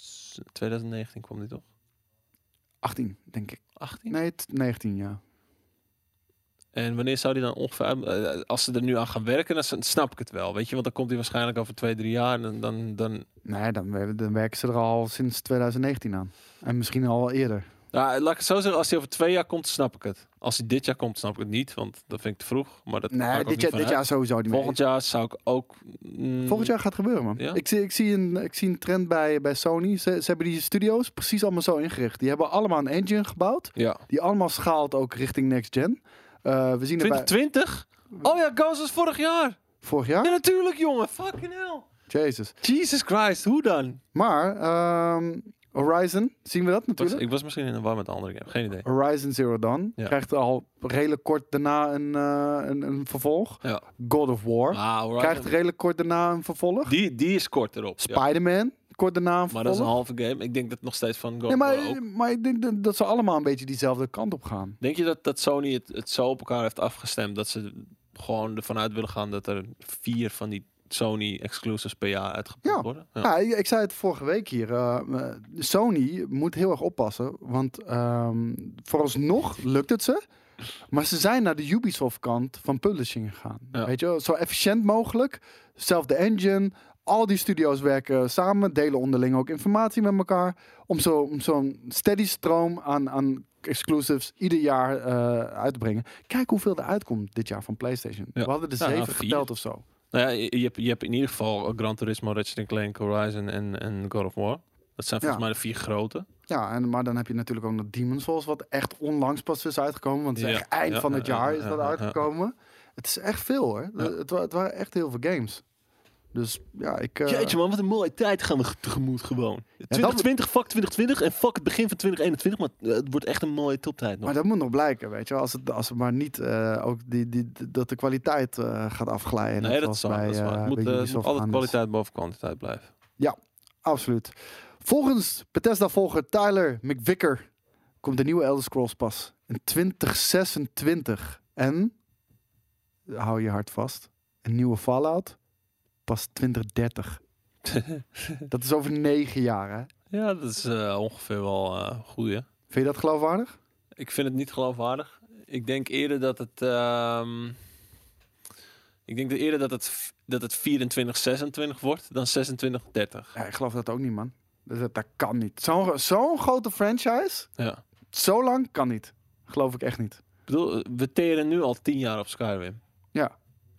2019 kwam die toch? 18, denk ik. 18? Nee, 19, ja. En wanneer zou die dan ongeveer... als ze er nu aan gaan werken, dan snap ik het wel. Weet je, want dan komt hij waarschijnlijk over 2-3 jaar. En dan... Nee, dan werken ze er al sinds 2019 aan. En misschien al eerder. Nou, laat ik het zo zeggen. Als hij over 2 jaar komt, snap ik het. Als hij dit jaar komt, snap ik het niet. Want dat vind ik te vroeg. Maar dat ga ik Nee, ook dit niet jaar, vanuit. dit jaar sowieso niet meer. Volgend jaar zou ik ook... Volgend jaar gaat het gebeuren, man. Ja? Ik zie een trend bij Sony. Ze hebben die studio's precies allemaal zo ingericht. Die hebben allemaal een engine gebouwd. Ja. Die allemaal schaalt ook richting next gen. We zien het bij 2020? Oh ja, Ghost was vorig jaar. vorig Ja, jaar. natuurlijk, jongen. Fucking hell. Jezus. Jesus Christ, hoe dan? Maar Horizon, zien we dat natuurlijk? Ik was misschien in een war met de andere game. Geen idee. Horizon Zero Dawn Ja. krijgt al redelijk kort daarna een vervolg. Ja. God of War Ah, krijgt redelijk kort daarna een vervolg. die is kort erop. Ja. Spider-Man kort daarna een Maar dat is een vervolg. halve game. Ik denk dat nog steeds van God Nee, of War ook. maar ik denk dat ze allemaal een beetje diezelfde kant op gaan. Denk je dat Sony het zo op elkaar heeft afgestemd dat ze gewoon ervan uit willen gaan dat er 4 van die Sony exclusives per jaar uitgebracht Ja. worden? Ja. Ja, ik zei het vorige week hier. Sony moet heel erg oppassen. Want vooralsnog lukt het ze. Maar ze zijn naar de Ubisoft-kant van publishing gegaan. Ja. Weet je, wel? Zo efficiënt mogelijk. Zelfde engine. Al die studio's werken samen. Delen onderling ook informatie met elkaar. Om zo'n steady stroom aan exclusives ieder jaar uit te brengen. Kijk hoeveel er uitkomt dit jaar van PlayStation. Ja. We hadden er Ja, 7 4. geteld of zo. Nou ja, je hebt in ieder geval Gran Turismo, Ratchet Clank, Horizon en God of War. Dat zijn volgens Ja. mij de 4 grote. Ja, maar dan heb je natuurlijk ook nog Demon's Souls, wat echt onlangs pas is uitgekomen. Want het is Ja. echt eind Ja, van het ja, jaar ja, is ja, dat ja, uitgekomen. Het is echt veel hoor. Ja. Het waren echt heel veel games. Dus ja, Jeetje man, wat een mooie tijd gaan we tegemoet gewoon. dat 2020, fuck 2020 en fuck het begin van 2021. Maar het wordt echt een mooie toptijd nog. Maar dat moet nog blijken, weet je. Als het maar niet ook dat de kwaliteit gaat afglijden. Nee, net dat is zoals waar. Dat is waar. Het moet, bij het Ubisoft moet altijd aan is. kwaliteit boven kwantiteit blijven. Absoluut. Volgens Bethesda-volger Tyler McVicker komt de nieuwe Elder Scrolls pas in 2026. En, hou je hart vast, een nieuwe Fallout pas 2030. Dat is over 9 jaar, hè? Ja, dat is ongeveer wel goed, hè? Vind je dat geloofwaardig? Ik vind het niet geloofwaardig. Ik denk eerder dat het... ik denk eerder dat het 24, 26 wordt dan 26, 30. Ja, ik geloof dat ook niet, man. Dat kan niet. Zo'n grote franchise, Ja. zo lang kan niet. Geloof ik echt niet. Ik bedoel, we teren nu al 10 jaar op Skyrim. Ja.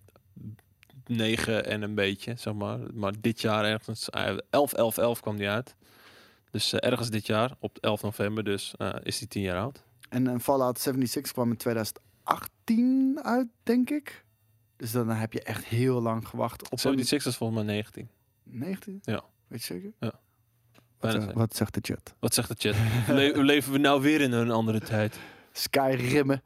9 en een beetje, zeg maar. Maar dit jaar ergens... 11 kwam die uit. Dus ergens dit jaar, op 11 november, dus is die 10 jaar oud. En Fallout 76 kwam in 2018 uit, denk ik. Dus dan heb je echt heel lang gewacht op 76 is volgens mij 19. 19? Ja. Weet je zeker? Ja. Wat zegt de chat? Wat zegt de chat? Leven we nou weer in een andere tijd? Skyrimmen.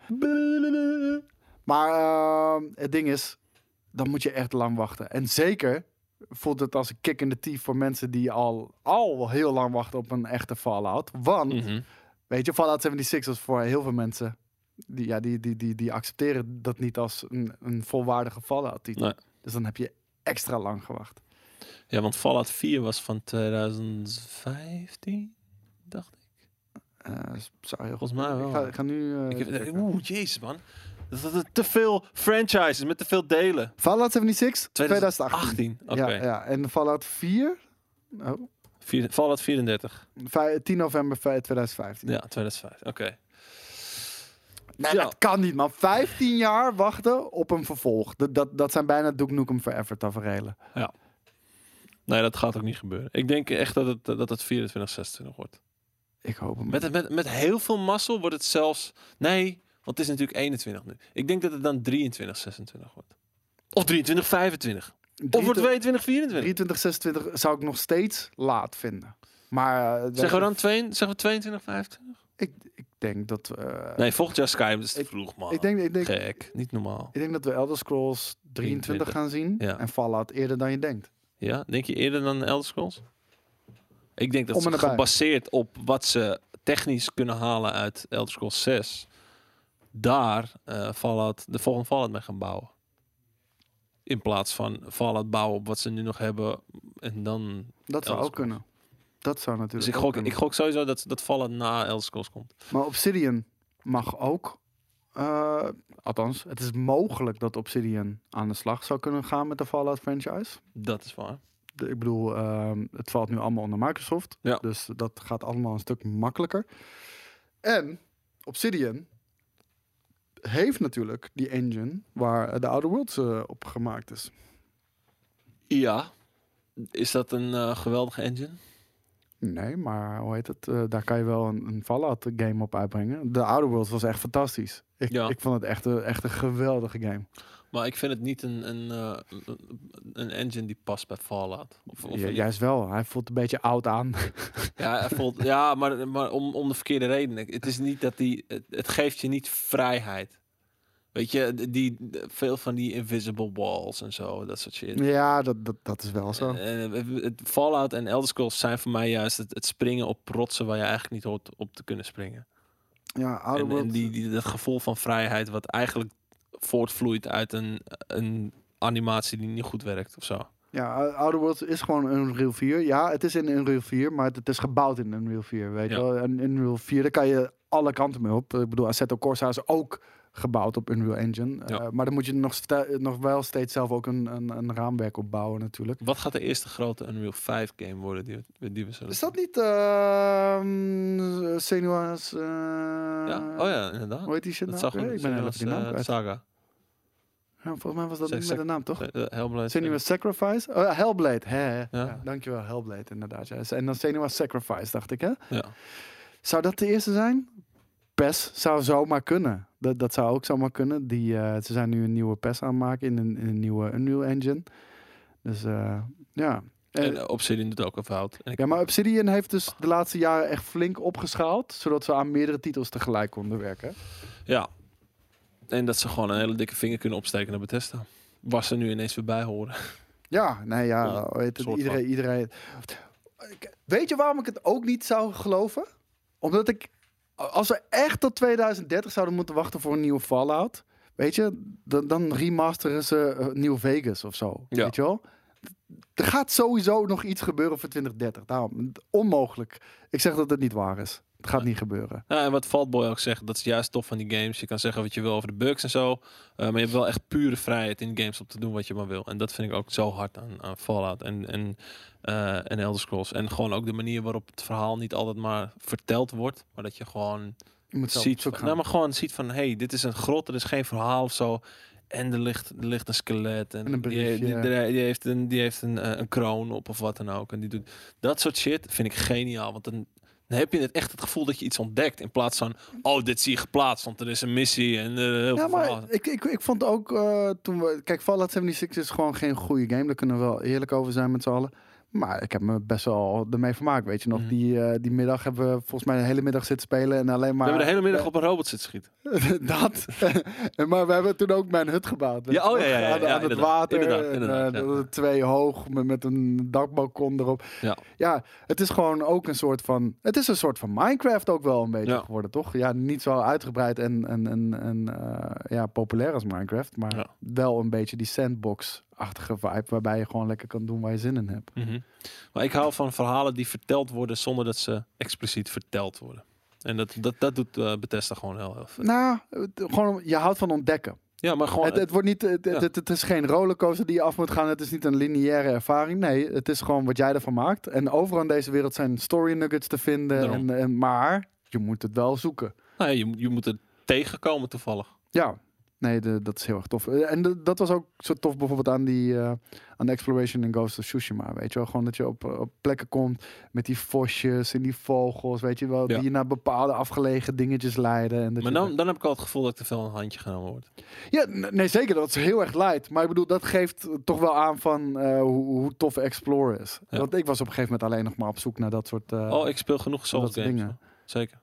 Maar het ding is, dan moet je echt lang wachten. En zeker voelt het als een kick in de teeth voor mensen die al heel lang wachten op een echte Fallout. Want, weet je, Fallout 76 was voor heel veel mensen, die accepteren dat niet als een volwaardige Fallout-titel. Nee. Dus dan heb je extra lang gewacht. Ja, want Fallout 4 was van 2015, dacht ik. Volgens mij wel. Ik ga nu... Jezus man. Dat is te veel franchises met te veel delen. Fallout 76, 2018. Oké. Ja, en Fallout 4... Fallout 34. 10 november 2015. Ja, 2005. Oké. Nee, Ja. dat kan niet, man. 15 jaar wachten op een vervolg. Dat zijn bijna Duke Nukem Forever taferelen. Ja. Nee, dat gaat ook niet gebeuren. Ik denk echt dat het 24, 26 wordt. Ik hoop hem. Met heel veel mazzel wordt het zelfs... Nee, want het is natuurlijk 21 nu. Ik denk dat het dan 23, 26 wordt. Of 23, 25. Of wordt 22, 24. 23, 26 zou ik nog steeds laat vinden. Maar... Zeggen we dan 22, 25? Ik denk dat... Nee, volgend jaar Skyrim is te vroeg, man. Ik denk, Gek, niet normaal. ik denk dat we Elder Scrolls 23 gaan zien. Ja. En Fallout eerder dan je denkt. Ja, denk je eerder dan Elder Scrolls? Ik denk dat Om en ze nabij. gebaseerd op wat ze technisch kunnen halen uit Elder Scrolls 6... daar de volgende Fallout mee gaan bouwen. In plaats van Fallout bouwen op wat ze nu nog hebben en dan... Dat zou ook kunnen. Dat zou Dus natuurlijk ik gok sowieso dat Fallout na Elder Scrolls komt. Maar Obsidian mag ook... althans, het is mogelijk dat Obsidian aan de slag zou kunnen gaan met de Fallout franchise. Dat is waar. Ik bedoel, het valt nu allemaal onder Microsoft. Ja. Dus dat gaat allemaal een stuk makkelijker. En Obsidian heeft natuurlijk die engine waar de Outer Worlds op gemaakt is. Ja. Is dat een geweldige engine? Nee, maar hoe heet het? Daar kan je wel een Fallout game op uitbrengen. De Outer Worlds was echt fantastisch. Ik vond het echt een geweldige game. Maar ik vind het niet een engine die past bij Fallout. Juist wel. Hij voelt een beetje oud aan. Ja, hij voelt, maar om de verkeerde redenen. Het is niet dat het geeft je niet vrijheid. Weet je, veel van die invisible walls en zo, dat soort shit. Ja, dat is wel zo. Het Fallout en Elder Scrolls zijn voor mij juist het springen op rotsen waar je eigenlijk niet hoort op te kunnen springen. Ja, Outer Worlds. En dat gevoel van vrijheid wat eigenlijk voortvloeit uit een animatie die niet goed werkt of zo. Ja, Outer Worlds is gewoon Unreal 4. Ja, het is in Unreal 4, maar het is gebouwd in Unreal 4, weet je wel. En Unreal 4, daar kan je alle kanten mee op. Ik bedoel, Assetto Corsa is ook gebouwd op Unreal Engine. Ja. Maar dan moet je nog wel steeds zelf ook een raamwerk opbouwen natuurlijk. Wat gaat de eerste grote Unreal 5 game worden die we zullen Is dat niet Senua's... ja? Oh ja, inderdaad. Hoe heet die shit Dat nou? zag Ik ben heel even die naam kwijt. Saga. Ja, volgens mij was dat niet met de naam, toch? Hellblade. Senua's Sacrifice? Oh ja, Hellblade. Ja. Ja, dankjewel, Hellblade inderdaad. Ja. En dan Senua's Sacrifice, dacht ik, hè? Ja. Zou dat de eerste zijn? PES zou zomaar kunnen. Dat zou ook zomaar kunnen. Ze zijn nu een nieuwe PES aan het maken in een nieuwe Unreal Engine. Dus ja. En Obsidian doet ook een fout. Ja, maar Obsidian heeft dus de laatste jaren echt flink opgeschaald, zodat ze aan meerdere titels tegelijk konden werken. Ja. En dat ze gewoon een hele dikke vinger kunnen opsteken naar Bethesda. Waar ze nu ineens weer bij horen. Ja, nee, ja. Weet het, iedereen. Weet je waarom ik het ook niet zou geloven? Omdat als we echt tot 2030 zouden moeten wachten voor een nieuwe Fallout, weet je, dan remasteren ze New Vegas of zo. Ja. Weet je wel? Er gaat sowieso nog iets gebeuren voor 2030. Daarom, onmogelijk. Ik zeg dat het niet waar is. Het gaat niet gebeuren. Ja, en wat Faltboy ook zegt, dat is juist tof van die games. Je kan zeggen wat je wil over de bugs en zo. Maar je hebt wel echt pure vrijheid in games om te doen wat je maar wil. En dat vind ik ook zo hard aan Fallout en Elder Scrolls. En gewoon ook de manier waarop het verhaal niet altijd maar verteld wordt. Maar dat je gewoon Je moet zelf ziet, op zoek gaan. nou, maar gewoon ziet van, hey, dit is een grot, er is geen verhaal of zo. En er ligt een skelet en een briefje. die heeft een kroon op of wat dan ook. En die doet dat soort shit vind ik geniaal. Want dan Dan heb je het gevoel dat je iets ontdekt. In plaats van, dit zie je geplaatst. Want er is een missie en heel veel verhaal. Ik vond ook toen we... Kijk, Fallout 76 is gewoon geen goede game. Daar kunnen we wel eerlijk over zijn met z'n allen. Maar ik heb me best wel ermee vermaakt. Weet je nog, die middag hebben we volgens mij de hele middag zitten spelen. En alleen maar... We hebben de hele middag op een robot zitten schieten. Dat. Maar we hebben toen ook mijn hut gebouwd. Aan het water. Inderdaad. 2 hoog met een dakbalkon erop. Ja, het is gewoon ook een soort van... Het is een soort van Minecraft ook wel een beetje geworden, toch? Ja, niet zo uitgebreid en populair als Minecraft. Maar wel een beetje die sandbox-achtige vibe. Waarbij je gewoon lekker kan doen waar je zin in hebt. Mm-hmm. Maar ik hou van verhalen die verteld worden zonder dat ze expliciet verteld worden. En dat doet Bethesda gewoon heel veel. Nou, gewoon, je houdt van ontdekken. Ja, maar gewoon... Het wordt niet... Het is geen rollercoaster die je af moet gaan. Het is niet een lineaire ervaring. Nee, het is gewoon wat jij ervan maakt. En overal in deze wereld zijn story nuggets te vinden. Maar je moet het wel zoeken. Nou, je moet het tegenkomen toevallig. Ja. Nee, dat is heel erg tof. En dat was ook zo tof bijvoorbeeld aan de exploration in Ghost of Tsushima. Weet je wel, gewoon dat je op plekken komt met die vosjes en die vogels, weet je wel, die naar bepaalde afgelegen dingetjes leiden. En maar dan heb ik al het gevoel dat ik te veel een handje genomen word. Ja, nee, zeker. Dat is heel erg light. Maar ik bedoel, dat geeft toch wel aan van hoe tof Explore is. Ja. Want ik was op een gegeven moment alleen nog maar op zoek naar dat soort ik speel genoeg Souls games. Dingen. Zeker.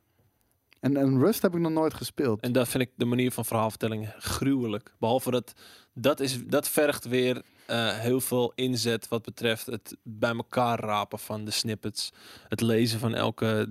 En Rust heb ik nog nooit gespeeld. En dat vind ik de manier van verhaalvertelling gruwelijk. Behalve dat vergt weer heel veel inzet wat betreft het bij elkaar rapen van de snippets. Het lezen van elke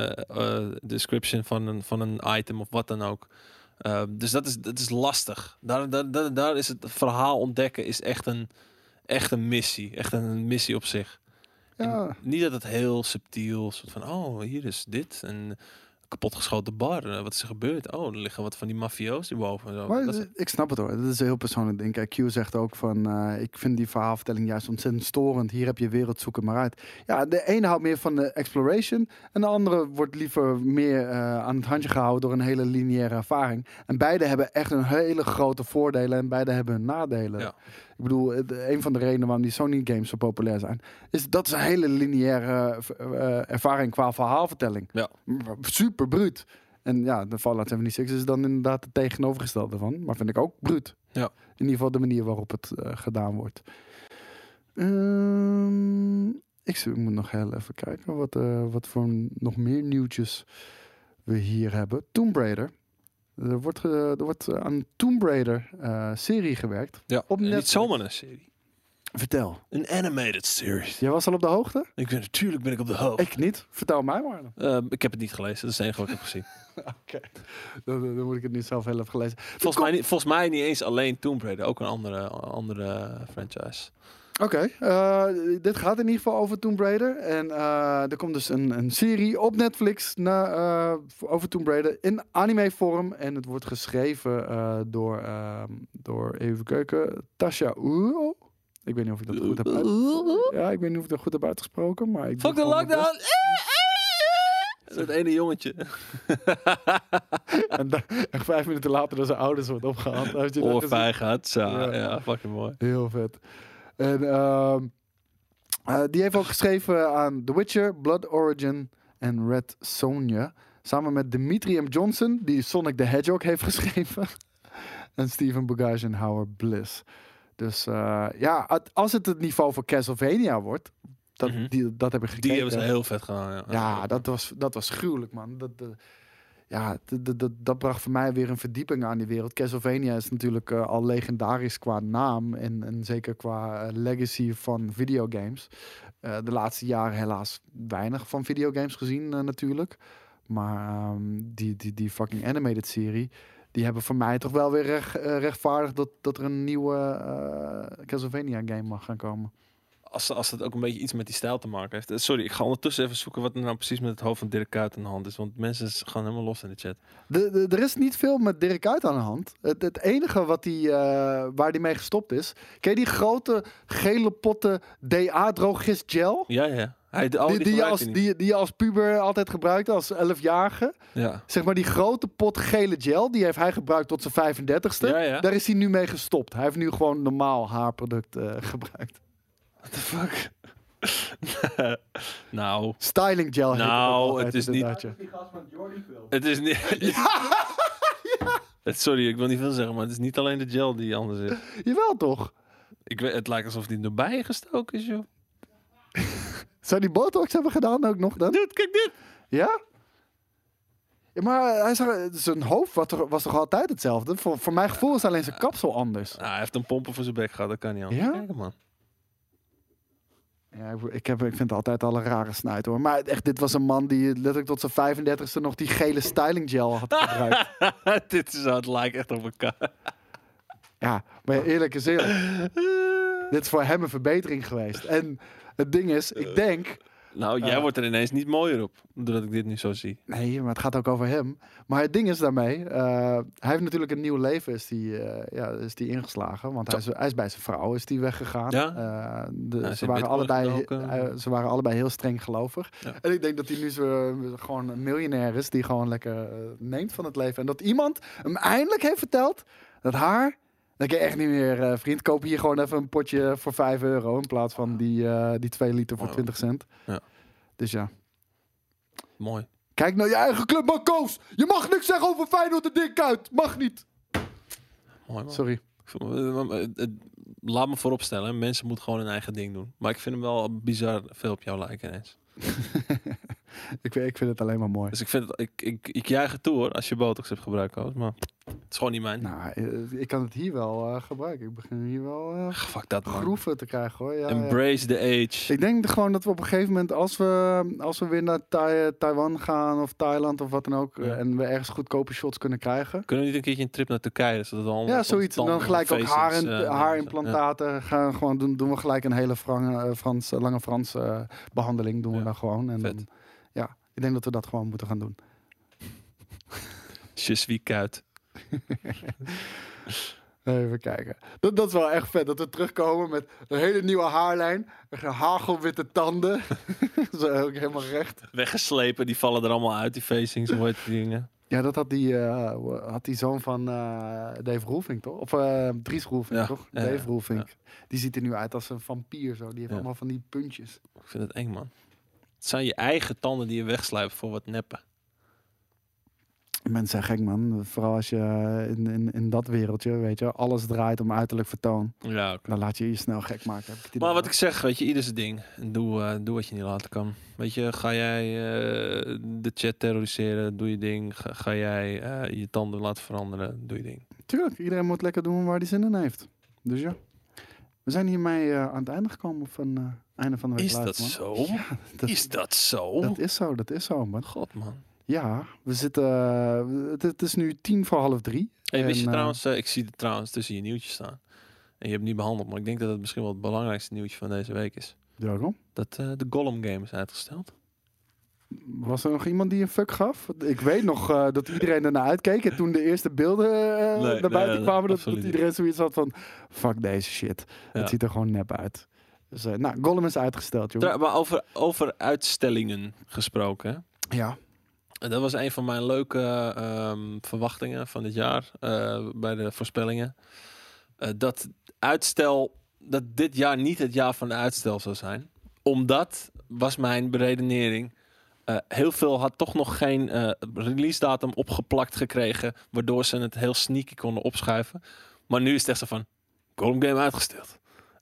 description van een item of wat dan ook. Dus dat is lastig. Daar is het verhaal ontdekken is echt een missie. Echt een missie op zich. Ja. Niet dat het heel subtiel soort van, hier is dit en... kapotgeschoten bar. Wat is er gebeurd? Er liggen wat van die mafio's hierboven. Zo. Maar ik snap het hoor. Dat is een heel persoonlijk ding. Kijk, Q zegt ook van... ik vind die verhaalvertelling juist ontzettend storend. Hier heb je wereld, zoek het maar uit. Ja, de ene houdt meer van de exploration. En de andere wordt liever meer aan het handje gehouden... door een hele lineaire ervaring. En beide hebben echt een hele grote voordelen. En beide hebben hun nadelen. Ja. Ik bedoel, een van de redenen waarom die Sony games zo populair zijn... is dat is een hele lineaire ervaring qua verhaalvertelling. Ja. Super bruut. En ja, de Fallout 76 is dan inderdaad het tegenovergestelde van. Maar vind ik ook bruut. Ja. In ieder geval de manier waarop het gedaan wordt. Ik moet nog heel even kijken wat voor nog meer nieuwtjes we hier hebben. Tomb Raider. Er wordt aan Tomb Raider serie gewerkt. Ja, op niet zomaar een serie. Vertel. Een animated series. Jij was al op de hoogte? Natuurlijk ben ik op de hoogte. Ik niet. Vertel mij maar. Ik heb het niet gelezen. Dat is het enige wat ik heb gezien. Oké. Dan moet ik het niet zelf heel even gelezen. Volgens mij niet eens alleen Tomb Raider. Ook een andere franchise. Oké. Dit gaat in ieder geval over Tomb Raider. En er komt dus een serie op Netflix over Tomb Raider in anime vorm. En het wordt geschreven door even kijken, Tasha Uo. Ik weet niet of ik dat goed heb uitgesproken. Ja, ik weet niet of ik dat goed heb uitgesproken. Maar ik fuck de lockdown! Dat ene jongetje. en 5 minuten later door zijn ouders wordt opgehaald. Oorvijg had. Ja, fucking mooi. Heel vet. En die heeft ook geschreven aan The Witcher, Blood Origin en Red Sonja. Samen met Dimitri M. Johnson, die Sonic the Hedgehog heeft geschreven. En Steven Bugaj en Howard Bliss. Dus als het niveau voor Castlevania wordt, dat heb ik gekeken. Die hebben ze heel vet gedaan. Ja, dat was gruwelijk, man. Dat bracht voor mij weer een verdieping aan die wereld. Castlevania is natuurlijk al legendarisch qua naam en zeker qua legacy van videogames. De laatste jaren helaas weinig van videogames gezien natuurlijk. Maar die fucking animated serie, die hebben voor mij toch wel weer rechtvaardigd dat er een nieuwe Castlevania game mag gaan komen. Als het ook een beetje iets met die stijl te maken heeft. Sorry, ik ga ondertussen even zoeken wat er nou precies met het hoofd van Dirk Kuyt aan de hand is. Want mensen gaan helemaal los in de chat. Er is niet veel met Dirk Kuyt aan de hand. Het enige waar hij mee gestopt is... Ken je die grote gele potten DA-drogist gel? Ja. Die je als puber altijd gebruikte, als 11-jarige. Ja. Zeg maar die grote pot gele gel, die heeft hij gebruikt tot zijn 35ste. Ja. Daar is hij nu mee gestopt. Hij heeft nu gewoon normaal haarproduct gebruikt. What the fuck? Nou, Styling gel heet Nou, ook altijd, het is niet- inderdaad, ja. Die gast van Jordi film. het is niet... Sorry, ik wil niet veel zeggen, maar het is niet alleen de gel die anders is. Jawel toch? Het lijkt alsof die erbij gestoken is, joh. Zou die botox hebben gedaan ook nog dan? Dude, kijk dit! Ja? Ja, maar hij zag, zijn hoofd was toch altijd hetzelfde? Voor mijn gevoel is alleen zijn kapsel anders. Hij heeft een pompen voor zijn bek gehad, dat kan niet anders. Ja? Kijk, man. Ja, ik vind het altijd al een rare snuit hoor. Maar echt, dit was een man die letterlijk tot zijn 35e nog die gele styling gel had gebruikt. Dit is zo, het lijkt echt op elkaar. Ja, maar eerlijk is eerlijk. Dit is voor hem een verbetering geweest. En het ding is, ik denk... Nou, jij wordt er ineens niet mooier op, doordat ik dit nu zo zie. Nee, maar het gaat ook over hem. Maar het ding is daarmee, hij heeft natuurlijk een nieuw leven is die ingeslagen. Want hij is bij zijn vrouw is die weggegaan. Ja? Hij Ze is in ze waren allebei heel streng gelovig. Ja. En ik denk dat hij nu gewoon een miljonair is die gewoon lekker neemt van het leven. En dat iemand hem eindelijk heeft verteld dat haar... Dat kan je echt niet meer, vriend. Koop hier gewoon even een potje voor €5 in plaats van die 2 liter voor 20 cent. Ja. Dus ja. Mooi. Kijk naar je eigen club, man, Koos. Je mag niks zeggen over Feyenoord de dik uit. Mag niet. Mooi, man. Sorry. Laat me vooropstellen, hè. Mensen moeten gewoon hun eigen ding doen. Maar ik vind hem wel bizar veel op jou lijken ineens. Ik vind het alleen maar mooi. Dus ik vind het, ik juich het toe hoor, als je botox hebt gebruikt, Koos. Maar het is gewoon niet mijn. Nou, ik kan het hier wel gebruiken. Ik begin hier wel Fuck dat, man. groeven te krijgen, hoor. Ja, Embrace the age. Ik denk gewoon dat we op een gegeven moment, als we weer naar Taiwan gaan of Thailand of wat dan ook, Ja. en we ergens goedkope shots kunnen krijgen. Kunnen we niet een keertje een trip naar Turkije? Zodat we allemaal Ja, zoiets. En dan gelijk ook facings, haarimplantaten. Gaan we gewoon doen we gelijk een hele lange Franse behandeling. Doen we Ja. dan gewoon. En Vet. dan, ja, ik denk dat we dat gewoon moeten gaan doen. Je suis kuit. Even kijken. Dat is wel echt vet. Dat we terugkomen met een hele nieuwe haarlijn. Hagelwitte tanden. Zo ook helemaal recht. Weggeslepen, die vallen er allemaal uit, die facings. Hoe heet die dingen? Ja, dat had die zoon van Dave Roelvink, toch? Of Dries Roelvink, Ja, toch? ja, Dave ja, Roelvink. Die ziet er nu uit als een vampier zo. Die heeft Ja. allemaal van die puntjes. Ik vind het eng, man. Het zijn je eigen tanden die je wegslijpt voor wat neppen. Mensen zijn gek, man. Vooral als je in dat wereldje, weet je, alles draait om uiterlijk vertoon. Ja, oké. Dan laat je je snel gek maken. Heb ik het idee. Maar wat ik zeg, weet je, ieder zijn ding. En doe wat je niet laten kan. Weet je, ga jij de chat terroriseren, doe je ding. Ga jij je tanden laten veranderen, doe je ding. Tuurlijk, iedereen moet lekker doen waar hij zin in heeft. Dus ja. We zijn hiermee aan het einde gekomen van einde van de week. Is live, dat man. zo? Ja, Is dat zo? dat is zo, man. God, man. Ja, we zitten. Het is nu 2:45. Hey, wist je En, trouwens, ik zie het trouwens tussen je nieuwtjes staan. En je hebt het niet behandeld, maar ik denk dat het misschien wel het belangrijkste nieuwtje van deze week is. Waarom? Dat de Gollum game is uitgesteld. Was er nog iemand die een fuck gaf? Ik weet nog dat iedereen ernaar uitkeek. En toen de eerste beelden naar buiten kwamen, dat absoluut iedereen zoiets had van... Fuck deze shit. Ja. Het ziet er gewoon nep uit. Dus, nou, Gollum is uitgesteld, jongen. Maar over uitstellingen gesproken, hè? Ja. Dat was een van mijn leuke verwachtingen van dit jaar bij de voorspellingen. Dat dit jaar niet het jaar van de uitstel zou zijn. Omdat, was mijn beredenering, heel veel had toch nog geen release datum opgeplakt gekregen, waardoor ze het heel sneaky konden opschuiven. Maar nu is het echt zo van, Gollum game uitgesteld.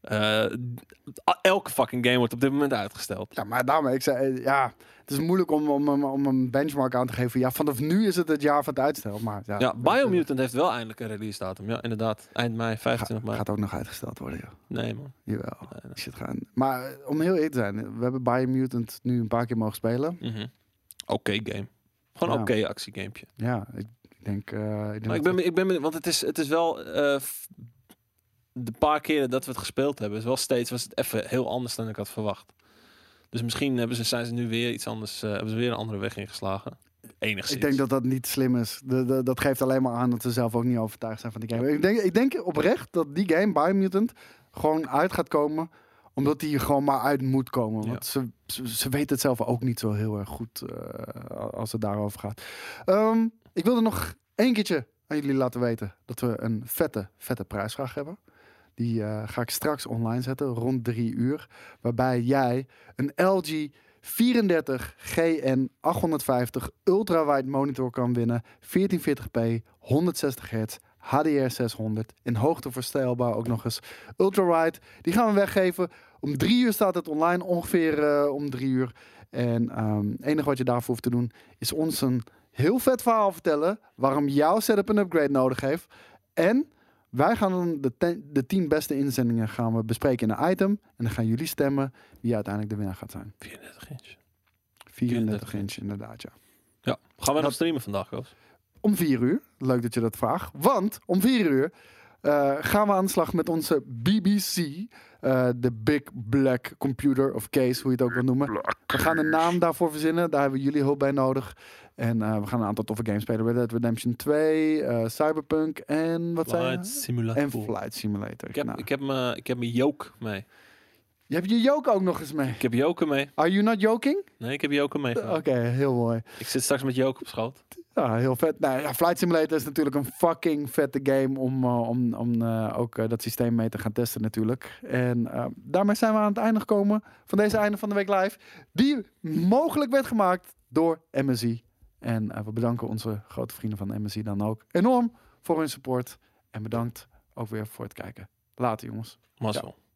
Elke fucking game wordt op dit moment uitgesteld. Ja, maar daarmee, ik zei, ja, het is moeilijk om een benchmark aan te geven. Ja, vanaf nu is het jaar van het uitstel. Maar Ja, Biomutant heeft wel eindelijk een release datum. Ja, inderdaad. Eind mei, 25 mei. gaat ook nog uitgesteld worden, joh. Nee, man. Jawel. Nee. Shit gaan. Maar om heel eerlijk te zijn, we hebben Biomutant nu een paar keer mogen spelen. Mhm. Oké game. Gewoon Ja. oké actiegamepje. Ja, ik denk... Maar dat- ik ben benieuwd, want het is wel... de paar keren dat we het gespeeld hebben, was het even heel anders dan ik had verwacht. Dus misschien zijn ze nu weer iets anders, hebben ze weer een andere weg ingeslagen. Enigszins. Ik denk dat dat niet slim is. Dat geeft alleen maar aan dat ze zelf ook niet overtuigd zijn van die game. Ik denk oprecht dat die game, Biomutant, gewoon uit gaat komen. Omdat die gewoon maar uit moet komen. Want ze weten het zelf ook niet zo heel erg goed als het daarover gaat. Ik wilde nog één keertje aan jullie laten weten dat we een vette prijsvraag hebben. Die ga ik straks online zetten, rond 3 uur. Waarbij jij een LG 34 GN 850 ultrawide monitor kan winnen. 1440p, 160 Hz, HDR 600. In hoogte verstelbaar ook nog eens ultrawide. Die gaan we weggeven. Om 3 uur staat het online, ongeveer om 3 uur. En het enige wat je daarvoor hoeft te doen is ons een heel vet verhaal vertellen waarom jouw setup een upgrade nodig heeft. En wij gaan dan de 10 beste inzendingen gaan we bespreken in een item. En dan gaan jullie stemmen wie uiteindelijk de winnaar gaat zijn. 34 inch. 34 inch inderdaad, ja. Ja. Gaan we nog streamen vandaag, Koos? Om 4 uur. Leuk dat je dat vraagt. Want om 4 uur gaan we aan de slag met onze BBC. De Big Black Computer of Case, hoe je het ook wil noemen. We gaan een naam daarvoor verzinnen. Daar hebben jullie hulp bij nodig. En we gaan een aantal toffe games spelen. Red Dead Redemption 2, Cyberpunk en wat zei je? Flight Simulator. En Flight Simulator. Ik heb mijn yoke mee. Je hebt je joke ook nog eens mee. Ik heb Joke mee. Are you not joking? Nee, ik heb Joke mee. Oké, heel mooi. Ik zit straks met Joke op schoot. Ja, heel vet. Nou ja, Flight Simulator is natuurlijk een fucking vette game om ook dat systeem mee te gaan testen natuurlijk. En daarmee zijn we aan het einde gekomen van deze einde van de week live. Die mogelijk werd gemaakt door MSI. En we bedanken onze grote vrienden van MSI dan ook enorm voor hun support. En bedankt ook weer voor het kijken. Later jongens. Mazzel. Ja.